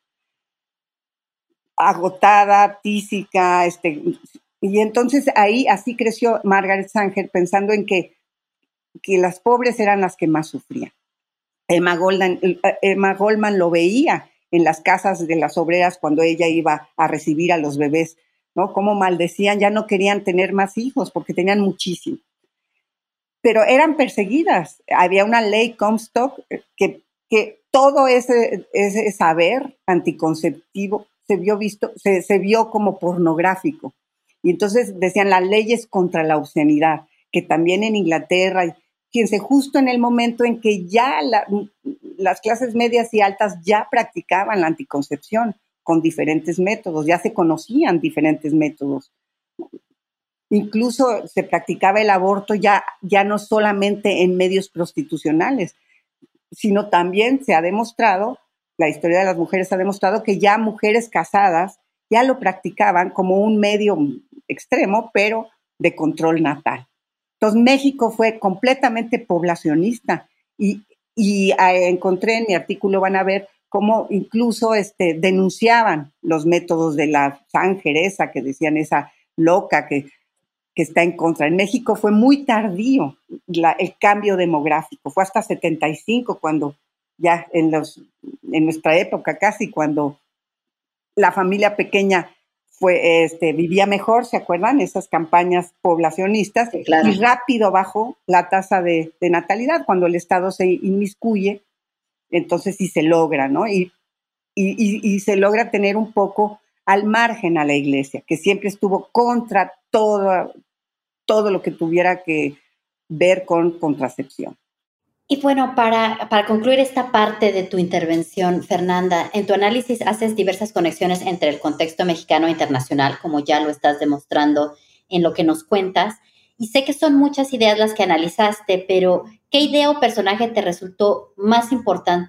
Agotada, tísica, este, y entonces ahí así creció Margaret Sanger pensando en que, que las pobres eran las que más sufrían. Emma Goldman, Emma Goldman lo veía en las casas de las obreras cuando ella iba a recibir a los bebés, ¿no? Cómo maldecían, ya no querían tener más hijos porque tenían muchísimo. Pero eran perseguidas. Había una ley Comstock que, que todo ese, ese saber anticonceptivo se vio, visto, se, se vio como pornográfico. Y entonces decían las leyes contra la obscenidad, que también en Inglaterra, fíjense, justo en el momento en que ya la, las clases medias y altas ya practicaban la anticoncepción con diferentes métodos, ya se conocían diferentes métodos. Incluso se practicaba el aborto ya, ya no solamente en medios prostitucionales, sino también se ha demostrado, la historia de las mujeres ha demostrado que ya mujeres casadas ya lo practicaban como un medio extremo, pero de control natal. Entonces México fue completamente poblacionista y, y eh, encontré en mi artículo, van a ver, cómo incluso este, denunciaban los métodos de la Sanger esa, que decían esa loca que, que está en contra. En México fue muy tardío la, el cambio demográfico, fue hasta setenta y cinco cuando ya en, los, en nuestra época casi, cuando la familia pequeña fue, este, vivía mejor, ¿se acuerdan? Esas campañas poblacionistas, sí, claro. Y rápido bajó la tasa de, de natalidad cuando el Estado se inmiscuye, entonces sí se logra, ¿no? Y, y, y, y se logra tener un poco al margen a la iglesia, que siempre estuvo contra todo, todo lo que tuviera que ver con contracepción. Y bueno, para, para concluir esta parte de tu intervención, Fernanda, en tu análisis haces diversas conexiones entre el contexto mexicano e internacional, como ya lo estás demostrando en lo que nos cuentas. Y sé que son muchas ideas las que analizaste, pero ¿qué idea o personaje te resultó más importante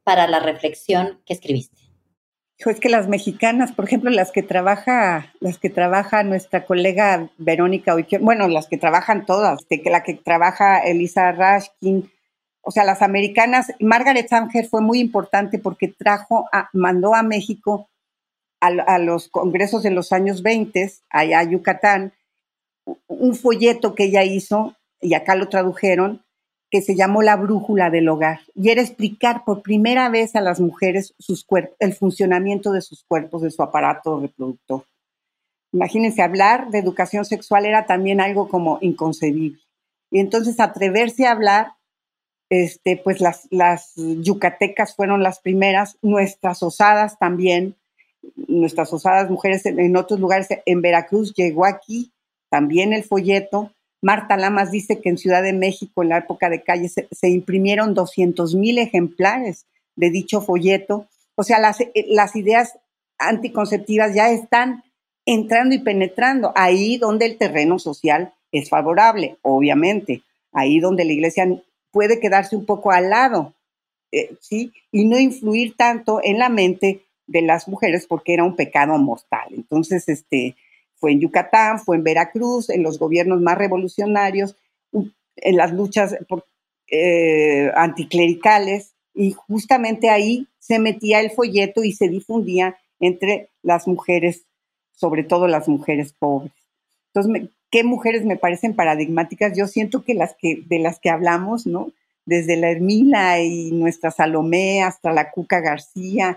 para la reflexión que escribiste? Es que las mexicanas, por ejemplo, las que trabaja, las que trabaja nuestra colega Verónica Oiquión, bueno, las que trabajan todas, que la que trabaja Elisa Rashkin, o sea, las americanas, Margaret Sanger fue muy importante porque trajo, a, mandó a México a, a los congresos de los años veinte, allá a Yucatán, un folleto que ella hizo, y acá lo tradujeron, que se llamó La Brújula del Hogar, y era explicar por primera vez a las mujeres sus cuerpos, el funcionamiento de sus cuerpos, de su aparato reproductor. Imagínense, hablar de educación sexual era también algo como inconcebible. Y entonces atreverse a hablar, este, pues las, las yucatecas fueron las primeras, nuestras osadas también, nuestras osadas mujeres en, en otros lugares, en Veracruz llegó aquí también el folleto. Marta Lamas dice que en Ciudad de México, en la época de Calle, se, se imprimieron doscientos mil ejemplares de dicho folleto. O sea, las, las ideas anticonceptivas ya están entrando y penetrando ahí donde el terreno social es favorable, obviamente, ahí donde la iglesia puede quedarse un poco al lado, eh, ¿sí? Y no influir tanto en la mente de las mujeres porque era un pecado mortal. Entonces, este... fue en Yucatán, fue en Veracruz, en los gobiernos más revolucionarios, en las luchas por, eh, anticlericales, y justamente ahí se metía el folleto y se difundía entre las mujeres, sobre todo las mujeres pobres. Entonces, me, ¿qué mujeres me parecen paradigmáticas? Yo siento que las que de las que hablamos, ¿no? Desde la Hermila y nuestra Salomé hasta la Cuca García,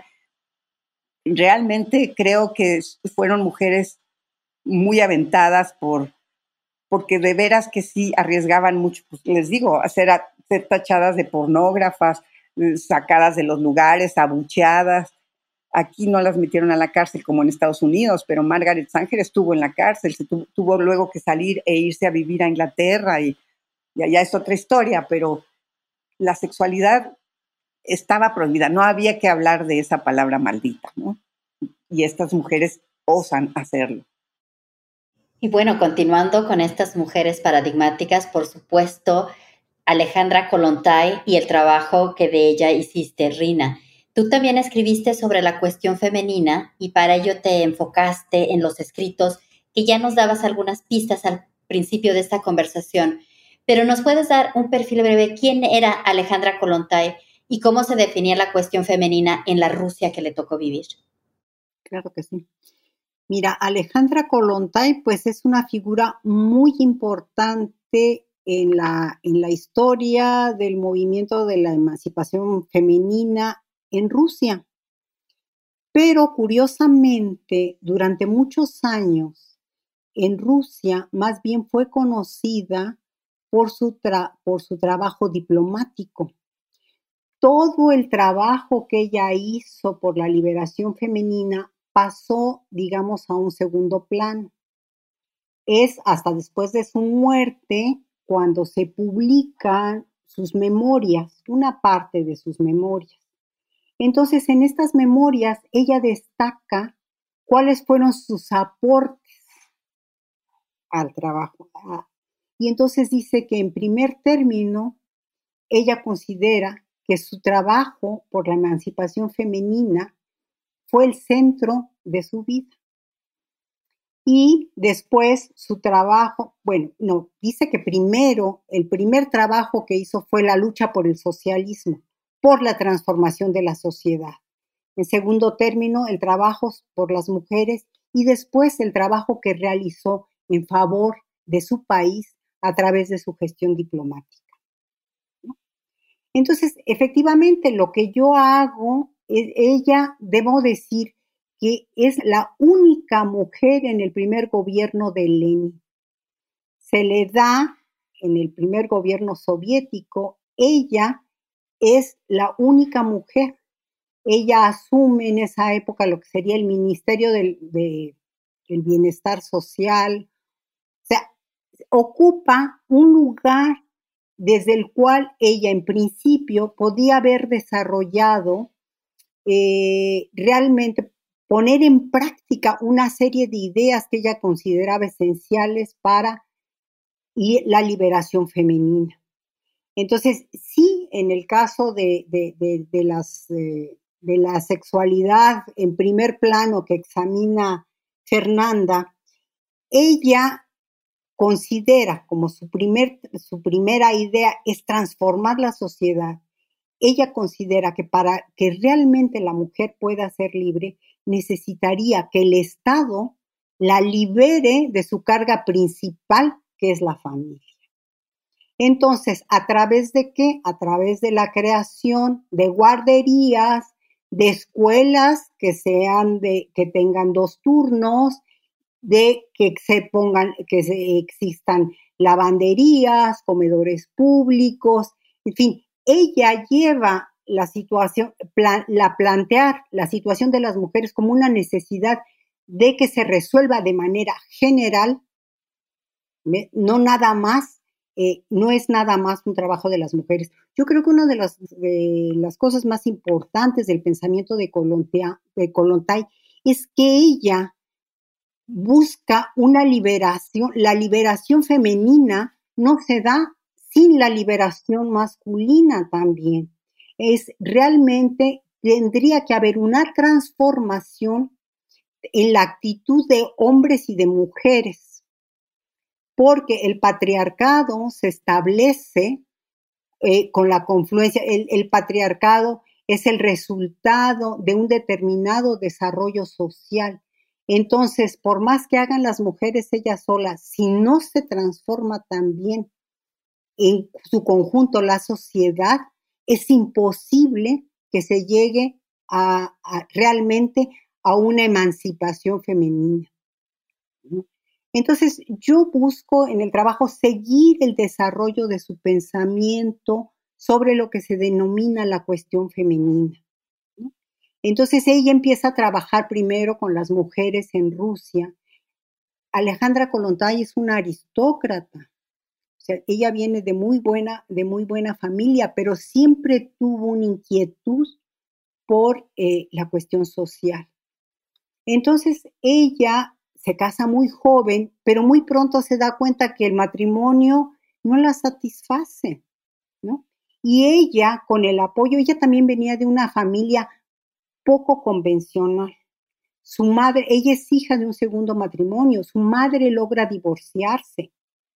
realmente creo que fueron mujeres muy aventadas por, porque de veras que sí arriesgaban mucho, pues les digo, a ser, a ser tachadas de pornógrafas, sacadas de los lugares, abucheadas. Aquí no las metieron a la cárcel como en Estados Unidos, pero Margaret Sanger estuvo en la cárcel, se tuvo, tuvo luego que salir e irse a vivir a Inglaterra, y, y allá es otra historia, pero la sexualidad estaba prohibida, no había que hablar de esa palabra maldita, ¿no? Y estas mujeres osan hacerlo. Y bueno, continuando con estas mujeres paradigmáticas, por supuesto, Alejandra Kollontai y el trabajo que de ella hiciste, Rina. Tú también escribiste sobre la cuestión femenina y para ello te enfocaste en los escritos que ya nos dabas algunas pistas al principio de esta conversación. Pero ¿nos puedes dar un perfil breve? ¿Quién era Alejandra Kollontai y cómo se definía la cuestión femenina en la Rusia que le tocó vivir? Claro que sí. Mira, Alejandra Kollontai, pues es una figura muy importante en la, en la historia del movimiento de la emancipación femenina en Rusia. Pero curiosamente, durante muchos años, en Rusia más bien fue conocida por su, tra- por su trabajo diplomático. Todo el trabajo que ella hizo por la liberación femenina pasó, digamos, a un segundo plano. Es hasta después de su muerte cuando se publican sus memorias, una parte de sus memorias. Entonces, en estas memorias, ella destaca cuáles fueron sus aportes al trabajo. Y entonces dice que en primer término, ella considera que su trabajo por la emancipación femenina fue el centro de su vida. Y después su trabajo, bueno, no, dice que primero, el primer trabajo que hizo fue la lucha por el socialismo, por la transformación de la sociedad. En segundo término, el trabajo por las mujeres y después el trabajo que realizó en favor de su país a través de su gestión diplomática. Entonces, efectivamente, lo que yo hago, es, ella, debo decir, que es la única mujer en el primer gobierno de Lenin. Se le da en el primer gobierno soviético, ella es la única mujer. Ella asume en esa época lo que sería el Ministerio del, de, del Bienestar Social. O sea, ocupa un lugar desde el cual ella en principio podía haber desarrollado eh, realmente poner en práctica una serie de ideas que ella consideraba esenciales para la liberación femenina. Entonces, sí, en el caso de, de, de, de, las, eh, de la sexualidad en primer plano que examina Fernanda, ella considera como su, primer, su primera idea es transformar la sociedad. Ella considera que para que realmente la mujer pueda ser libre, necesitaría que el Estado la libere de su carga principal, que es la familia. Entonces, ¿a través de qué? A través de la creación de guarderías, de escuelas que sean de, que tengan dos turnos, de que se pongan, que se, existan lavanderías, comedores públicos, en fin, ella lleva la situación, plan, la plantear la situación de las mujeres como una necesidad de que se resuelva de manera general, no nada más. Eh, no es nada más un trabajo de las mujeres. Yo creo que una de las, de las cosas más importantes del pensamiento de Kollontai, de Kollontai es que ella busca una liberación. La liberación femenina no se da sin la liberación masculina también. Es realmente, tendría que haber una transformación en la actitud de hombres y de mujeres, porque el patriarcado se establece eh, con la confluencia. El, el patriarcado es el resultado de un determinado desarrollo social. Entonces, por más que hagan las mujeres ellas solas, si no se transforma también en su conjunto la sociedad, es imposible que se llegue a, a realmente a una emancipación femenina. Entonces, yo busco en el trabajo seguir el desarrollo de su pensamiento sobre lo que se denomina la cuestión femenina. Entonces, ella empieza a trabajar primero con las mujeres en Rusia. Alejandra Kollontai es una aristócrata. O sea, ella viene de muy buena, de muy buena familia, pero siempre tuvo una inquietud por eh, la cuestión social. Entonces, ella se casa muy joven, pero muy pronto se da cuenta que el matrimonio no la satisface, ¿no? Y ella, con el apoyo, ella también venía de una familia poco convencional. Su madre, ella es hija de un segundo matrimonio, su madre logra divorciarse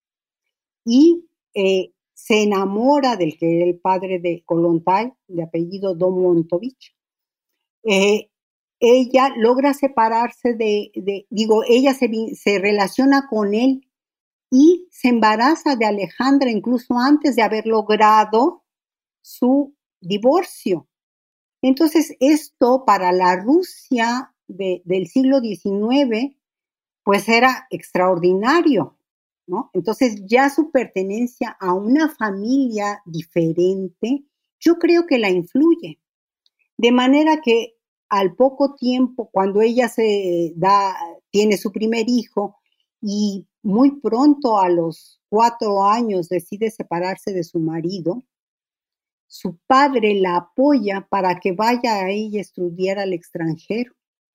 y eh, se enamora del que era el padre de Kollontai, de apellido Domontovich. Eh, ella logra separarse de, de digo, ella se, se relaciona con él y se embaraza de Alejandra incluso antes de haber logrado su divorcio. Entonces, esto para la Rusia de, del siglo diecinueve, pues era extraordinario, ¿no? Entonces, ya su pertenencia a una familia diferente, yo creo que la influye. De manera que al poco tiempo, cuando ella se da, tiene su primer hijo y muy pronto a los cuatro años decide separarse de su marido, su padre la apoya para que vaya a ella a estudiar al extranjero.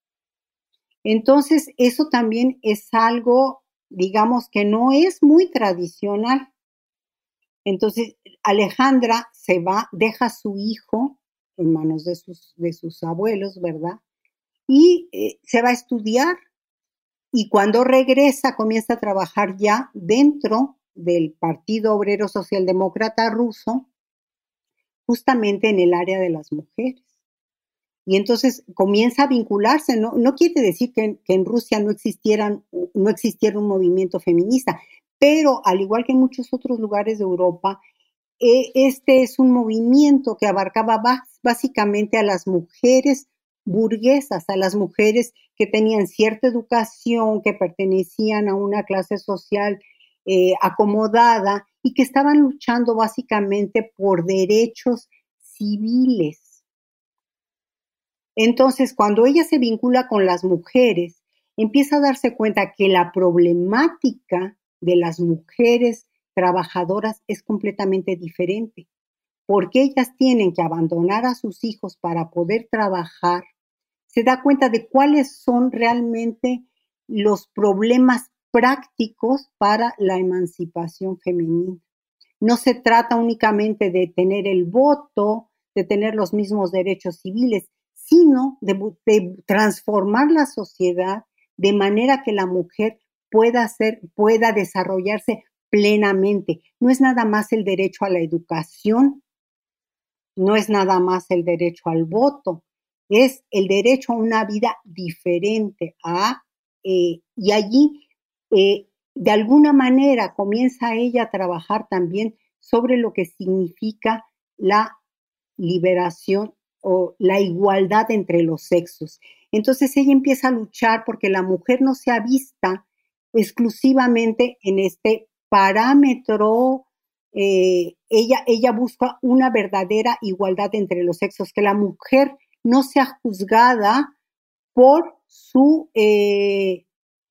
Entonces, eso también es algo, digamos, que no es muy tradicional. Entonces, Alejandra se va, deja a su hijo en manos de sus, de sus abuelos, ¿verdad? Y eh, se va a estudiar y cuando regresa comienza a trabajar ya dentro del Partido Obrero Socialdemócrata Ruso, justamente en el área de las mujeres. Y entonces comienza a vincularse, no, no quiere decir que en, que en Rusia no, existieran, no existiera un movimiento feminista, pero al igual que en muchos otros lugares de Europa, este es un movimiento que abarcaba básicamente a las mujeres burguesas, a las mujeres que tenían cierta educación, que pertenecían a una clase social eh, acomodada y que estaban luchando básicamente por derechos civiles. Entonces, cuando ella se vincula con las mujeres, empieza a darse cuenta que la problemática de las mujeres trabajadoras es completamente diferente, porque ellas tienen que abandonar a sus hijos para poder trabajar. Se da cuenta de cuáles son realmente los problemas prácticos para la emancipación femenina. No se trata únicamente de tener el voto, de tener los mismos derechos civiles, sino de, de transformar la sociedad de manera que la mujer pueda ser, pueda desarrollarse plenamente. No es nada más el derecho a la educación, no es nada más el derecho al voto, es el derecho a una vida diferente. A, eh, y allí, eh, de alguna manera, comienza ella a trabajar también sobre lo que significa la liberación o la igualdad entre los sexos. Entonces ella empieza a luchar porque la mujer no sea vista exclusivamente en este parámetro. Eh, ella, ella busca una verdadera igualdad entre los sexos, que la mujer no sea juzgada por su eh,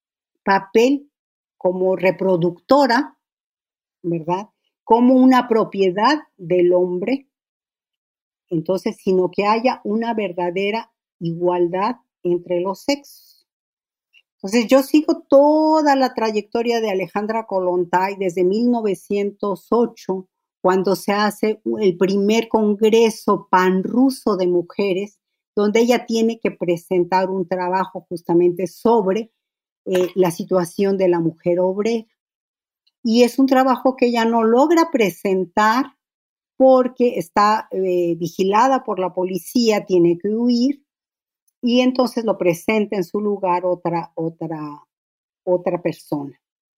papel como reproductora, ¿verdad? Como una propiedad del hombre, entonces, sino que haya una verdadera igualdad entre los sexos. Entonces, yo sigo toda la trayectoria de Alejandra Kollontai desde mil novecientos ocho, cuando se hace el primer congreso panruso de mujeres, donde ella tiene que presentar un trabajo justamente sobre eh, la situación de la mujer obrera. Y es un trabajo que ella no logra presentar porque está eh, vigilada por la policía, tiene que huir, y entonces lo presenta en su lugar otra, otra, otra persona.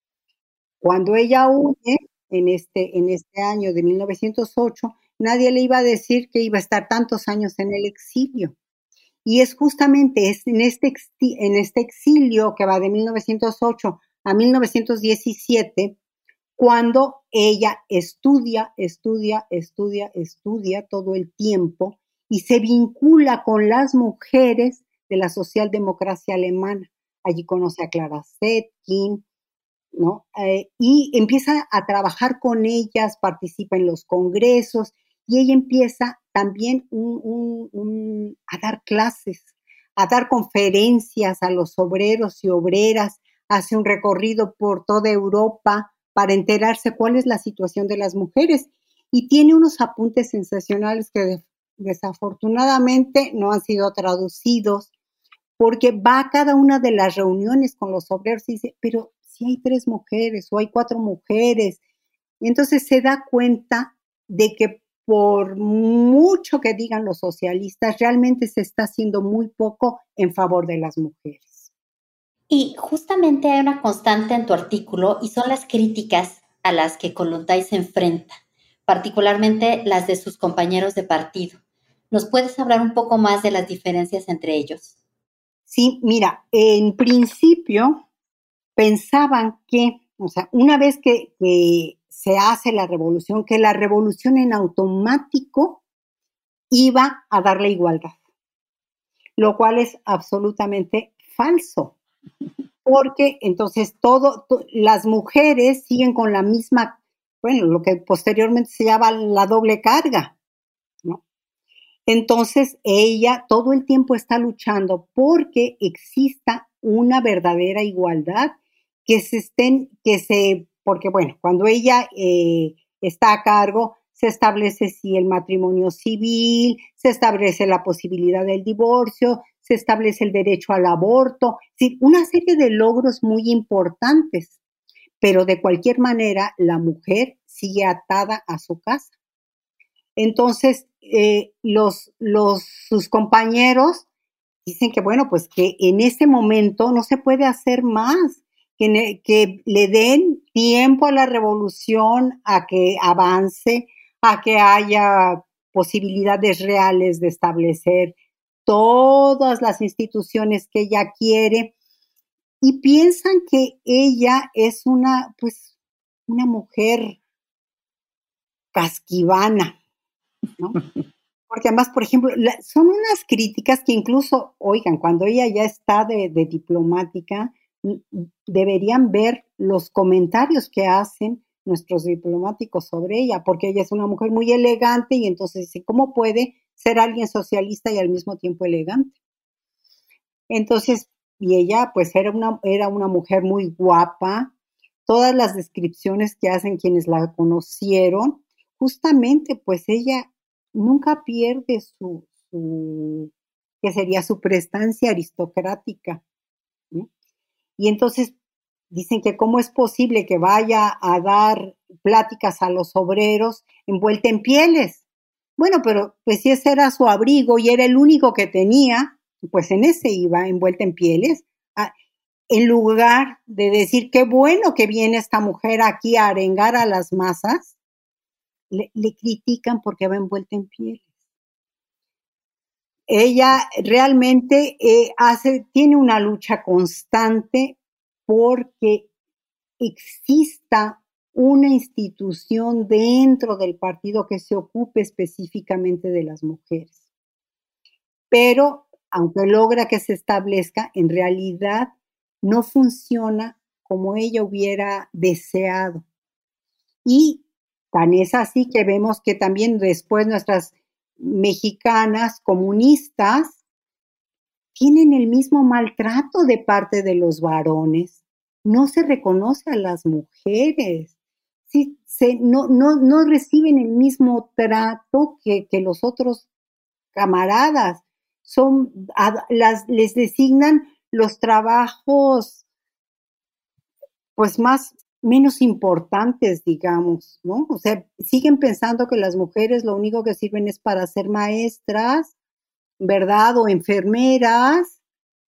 Cuando ella huye en este, en este año de mil novecientos ocho, nadie le iba a decir que iba a estar tantos años en el exilio. Y es justamente es en, este, en este exilio que va de mil novecientos ocho a mil novecientos diecisiete, cuando ella estudia, estudia, estudia, estudia todo el tiempo y se vincula con las mujeres de la socialdemocracia alemana. Allí conoce a Clara Zetkin, ¿no? Eh, y empieza a trabajar con ellas, participa en los congresos y ella empieza también un, un, un, a dar clases, a dar conferencias a los obreros y obreras, hace un recorrido por toda Europa para enterarse cuál es la situación de las mujeres y tiene unos apuntes sensacionales que desafortunadamente no han sido traducidos, porque va a cada una de las reuniones con los obreros y dice, pero si hay tres mujeres o hay cuatro mujeres. Y entonces se da cuenta de que por mucho que digan los socialistas, realmente se está haciendo muy poco en favor de las mujeres. Y justamente hay una constante en tu artículo y son las críticas a las que Kollontai se enfrenta, particularmente las de sus compañeros de partido. ¿Nos puedes hablar un poco más de las diferencias entre ellos? Sí, mira, en principio pensaban que, o sea, una vez que, que se hace la revolución, que la revolución en automático iba a dar la igualdad, lo cual es absolutamente falso, porque entonces todo, to, las mujeres siguen con la misma, bueno, lo que posteriormente se llama la doble carga, ¿no? Entonces ella todo el tiempo está luchando porque exista una verdadera igualdad, que se estén, que se, porque bueno, cuando ella eh, está a cargo, se establece si el matrimonio civil, se establece la posibilidad del divorcio, se establece el derecho al aborto, sí, una serie de logros muy importantes, pero de cualquier manera la mujer sigue atada a su casa. Entonces, eh, los, los, sus compañeros dicen que, bueno, pues que en este momento no se puede hacer más, que, ne, que le den tiempo a la revolución, a que avance, a que haya posibilidades reales de establecer todas las instituciones que ella quiere, y piensan que ella es una, pues, una mujer casquivana, ¿no? Porque además, por ejemplo, la, son unas críticas que incluso, oigan, cuando ella ya está de, de diplomática, deberían ver los comentarios que hacen nuestros diplomáticos sobre ella, porque ella es una mujer muy elegante y entonces dice, ¿cómo puede ser alguien socialista y al mismo tiempo elegante? Entonces, y ella pues era una, era una mujer muy guapa, todas las descripciones que hacen quienes la conocieron, justamente pues ella nunca pierde su, su que sería su prestancia aristocrática, ¿no? Y entonces dicen que cómo es posible que vaya a dar pláticas a los obreros envuelta en pieles. Bueno, pero pues si ese era su abrigo y era el único que tenía, pues en ese iba envuelta en pieles. Ah, en lugar de decir qué bueno que viene esta mujer aquí a arengar a las masas, le, le critican porque va envuelta en pieles. Ella realmente eh, hace, tiene una lucha constante porque exista una institución dentro del partido que se ocupe específicamente de las mujeres. Pero, aunque logra que se establezca, en realidad no funciona como ella hubiera deseado. Y tan es así que vemos que también después nuestras mexicanas comunistas tienen el mismo maltrato de parte de los varones. No se reconoce a las mujeres. Sí, se, no, no, no reciben el mismo trato que, que los otros camaradas. Son, a, las, les designan los trabajos pues más, menos importantes, digamos, ¿no? O sea, siguen pensando que las mujeres lo único que sirven es para ser maestras, ¿verdad? O enfermeras.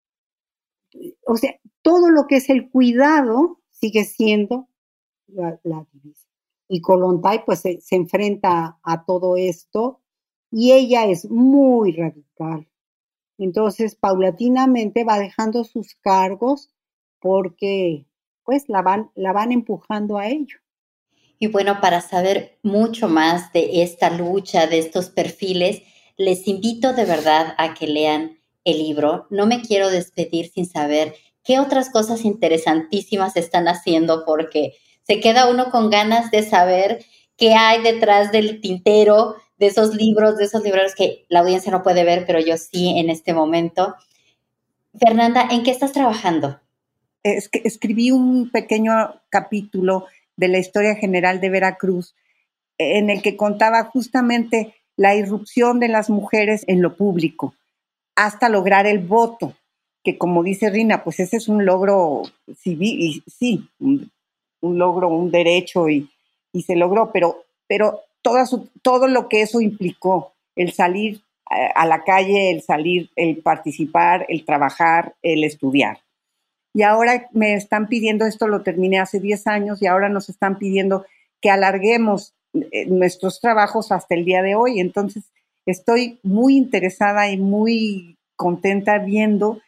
O sea, todo lo que es el cuidado sigue siendo la, la divisa. Y Kollontai pues se, se enfrenta a todo esto y ella es muy radical. Entonces, paulatinamente va dejando sus cargos porque pues la van, la van empujando a ello. Y bueno, para saber mucho más de esta lucha, de estos perfiles, les invito de verdad a que lean el libro. No me quiero despedir sin saber qué otras cosas interesantísimas están haciendo, porque se queda uno con ganas de saber qué hay detrás del tintero de esos libros, de esos libros que la audiencia no puede ver, pero yo sí en este momento. Fernanda, ¿en qué estás trabajando? Es que escribí un pequeño capítulo de la historia general de Veracruz en el que contaba justamente la irrupción de las mujeres en lo público hasta lograr el voto, que como dice Rina, pues ese es un logro civil, y sí, un, un logro, un derecho y, y se logró, pero, pero todo, su, todo lo que eso implicó, el salir a, a la calle, el salir, el participar, el trabajar, el estudiar. Y ahora me están pidiendo, esto lo terminé hace diez años, y ahora nos están pidiendo que alarguemos nuestros trabajos hasta el día de hoy. Entonces, estoy muy interesada y muy contenta viendo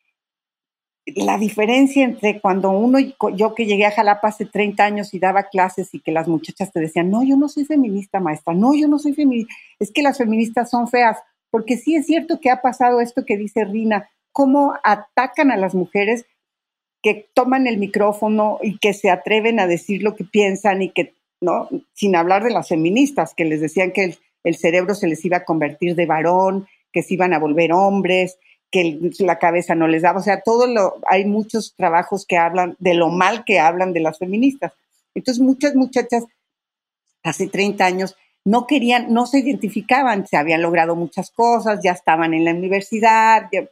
la diferencia entre cuando uno, yo que llegué a Jalapa hace treinta años y daba clases y que las muchachas te decían, no, yo no soy feminista, maestra, no, yo no soy feminista, es que las feministas son feas, porque sí es cierto que ha pasado esto que dice Rina, cómo atacan a las mujeres que toman el micrófono y que se atreven a decir lo que piensan y que, ¿no? Sin hablar de las feministas, que les decían que el, el cerebro se les iba a convertir de varón, que se iban a volver hombres, que el, la cabeza no les daba. O sea, todo lo, hay muchos trabajos que hablan de lo mal que hablan de las feministas. Entonces, muchas muchachas hace treinta años no querían, no se identificaban, se habían logrado muchas cosas, ya estaban en la universidad, ya,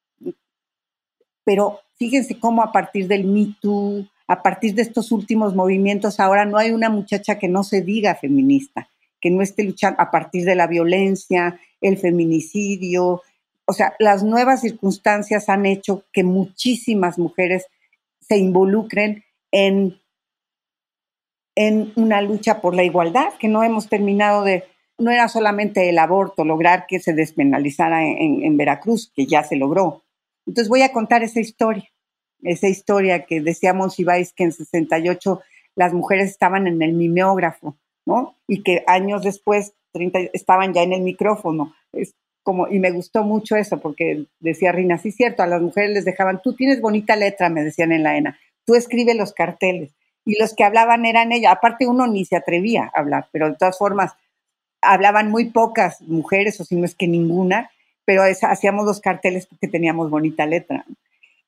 pero fíjense cómo a partir del Me Too, a partir de estos últimos movimientos, ahora no hay una muchacha que no se diga feminista, que no esté luchando a partir de la violencia, el feminicidio. O sea, las nuevas circunstancias han hecho que muchísimas mujeres se involucren en, en una lucha por la igualdad, que no hemos terminado de, no era solamente el aborto, lograr que se despenalizara en, en Veracruz, que ya se logró. Entonces voy a contar esa historia, esa historia que decía Monsiváis que en sesenta y ocho las mujeres estaban en el mimeógrafo, ¿no? Y que años después treinta, estaban ya en el micrófono. Es como, y me gustó mucho eso, porque decía Rina, sí es cierto, a las mujeres les dejaban, tú tienes bonita letra, me decían en la ENA, tú escribe los carteles. Y los que hablaban eran ella. Aparte uno ni se atrevía a hablar, pero de todas formas hablaban muy pocas mujeres, o si no es que ninguna, pero esa, hacíamos los carteles porque teníamos bonita letra.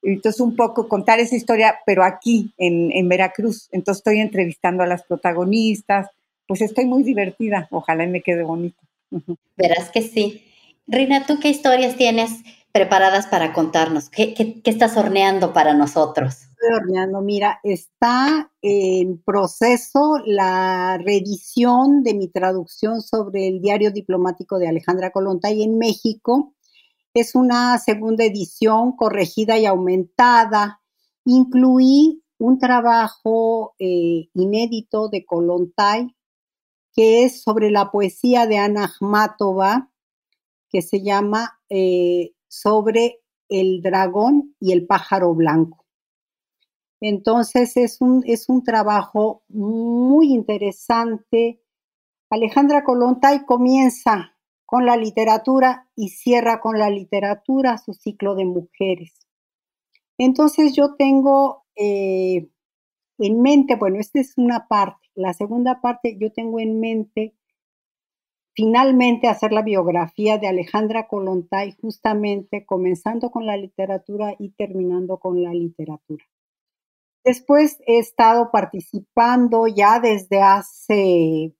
Entonces, un poco contar esa historia, pero aquí, en, en Veracruz. Entonces, estoy entrevistando a las protagonistas. Pues estoy muy divertida. Ojalá y me quede bonito. Uh-huh. Verás que sí. Rina, ¿tú qué historias tienes preparadas para contarnos? ¿Qué, qué, qué estás horneando para nosotros? Estoy horneando. Mira, está en proceso la reedición de mi traducción sobre el diario diplomático de Alejandra Kollontai en México. Es una segunda edición corregida y aumentada. Incluí un trabajo eh, inédito de Kollontai, que es sobre la poesía de Ana Akhmatova, que se llama eh, Sobre el dragón y el pájaro blanco. Entonces es un, es un trabajo muy interesante. Alejandra Kollontai comienza con la literatura y cierra con la literatura su ciclo de mujeres. Entonces yo tengo eh, en mente, bueno, esta es una parte. La segunda parte, yo tengo en mente finalmente hacer la biografía de Alejandra Kollontai, justamente comenzando con la literatura y terminando con la literatura. Después he estado participando ya desde hace,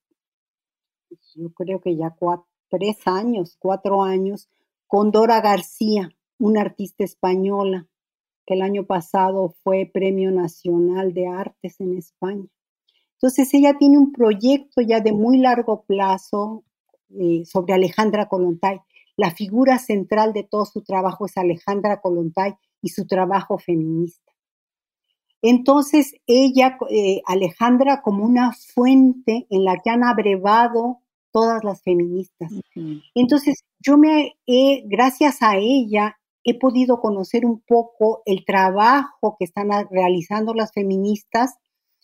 yo creo que ya cuatro, tres años, cuatro años, con Dora García, una artista española que el año pasado fue Premio Nacional de Artes en España. Entonces ella tiene un proyecto ya de muy largo plazo eh, sobre Alejandra Kollontai. La figura central de todo su trabajo es Alejandra Kollontai y su trabajo feminista. Entonces ella, eh, Alejandra, como una fuente en la que han abrevado todas las feministas. Uh-huh. Entonces yo me he, gracias a ella, he podido conocer un poco el trabajo que están realizando las feministas.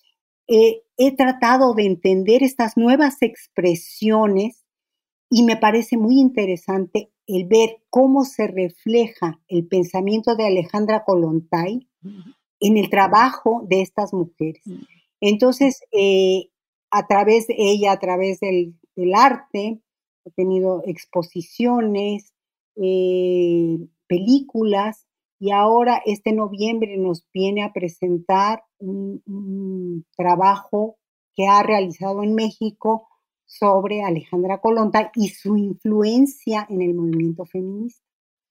Eh, he tratado de entender estas nuevas expresiones y me parece muy interesante el ver cómo se refleja el pensamiento de Alejandra Kollontai uh-huh. en el trabajo de estas mujeres. Uh-huh. Entonces, eh, a través de ella, a través del, del arte, he tenido exposiciones, eh, películas, y ahora este noviembre nos viene a presentar un, un trabajo que ha realizado en México sobre Alejandra Kollontai y su influencia en el movimiento feminista.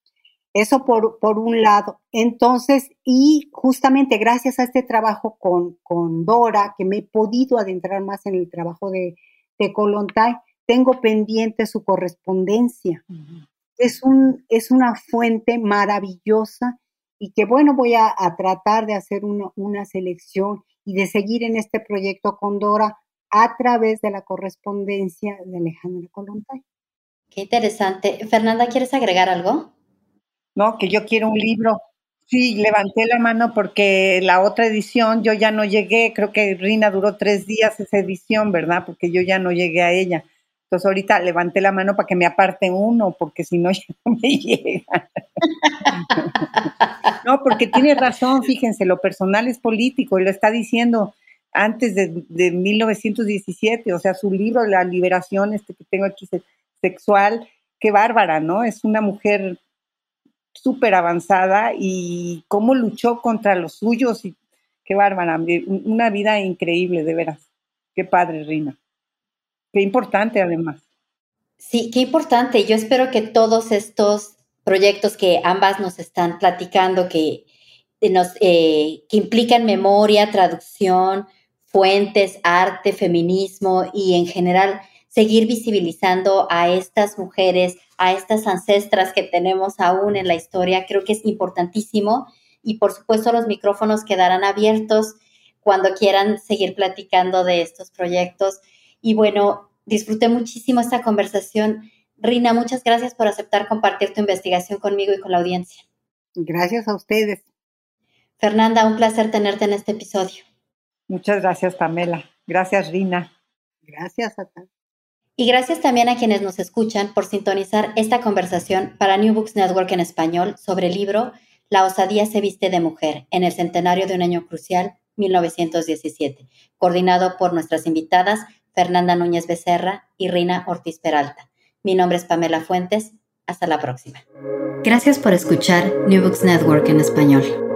Eso por, por un lado. Entonces, y justamente gracias a este trabajo con, con Dora, que me he podido adentrar más en el trabajo de, de Kollontai, tengo pendiente su correspondencia. Uh-huh. Es, un, es una fuente maravillosa y que, bueno, voy a, a tratar de hacer una, una selección y de seguir en este proyecto con Dora a través de la correspondencia de Alejandra Kollontai. Qué interesante. Fernanda, ¿quieres agregar algo? No, que yo quiero un libro. Sí, levanté la mano porque la otra edición yo ya no llegué, creo que Rina duró tres días esa edición, ¿verdad? Porque yo ya no llegué a ella. Entonces ahorita levanté la mano para que me aparte uno, porque si no ya no me llega. No, porque tiene razón, fíjense, lo personal es político, y lo está diciendo antes de, de mil novecientos diecisiete, o sea, su libro, La Liberación, este que tengo aquí, sexual, qué bárbara, ¿no? Es una mujer súper avanzada y cómo luchó contra los suyos, y qué bárbara, una vida increíble, de veras. Qué padre, Rina. Qué importante, además. Sí, qué importante. Yo espero que todos estos proyectos que ambas nos están platicando, que, nos, eh, que implican memoria, traducción, fuentes, arte, feminismo y en general seguir visibilizando a estas mujeres, a estas ancestras que tenemos aún en la historia, creo que es importantísimo. Y por supuesto los micrófonos quedarán abiertos cuando quieran seguir platicando de estos proyectos. Y bueno, disfruté muchísimo esta conversación. Rina, muchas gracias por aceptar compartir tu investigación conmigo y con la audiencia. Gracias a ustedes. Fernanda, un placer tenerte en este episodio. Muchas gracias, Pamela. Gracias, Rina. Gracias a ti. Y gracias también a quienes nos escuchan por sintonizar esta conversación para New Books Network en español sobre el libro La osadía se viste de mujer en el centenario de un año crucial, mil novecientos diecisiete, coordinado por nuestras invitadas Fernanda Núñez Becerra y Rina Ortiz Peralta. Mi nombre es Pamela Fuentes. Hasta la próxima. Gracias por escuchar New Books Network en español.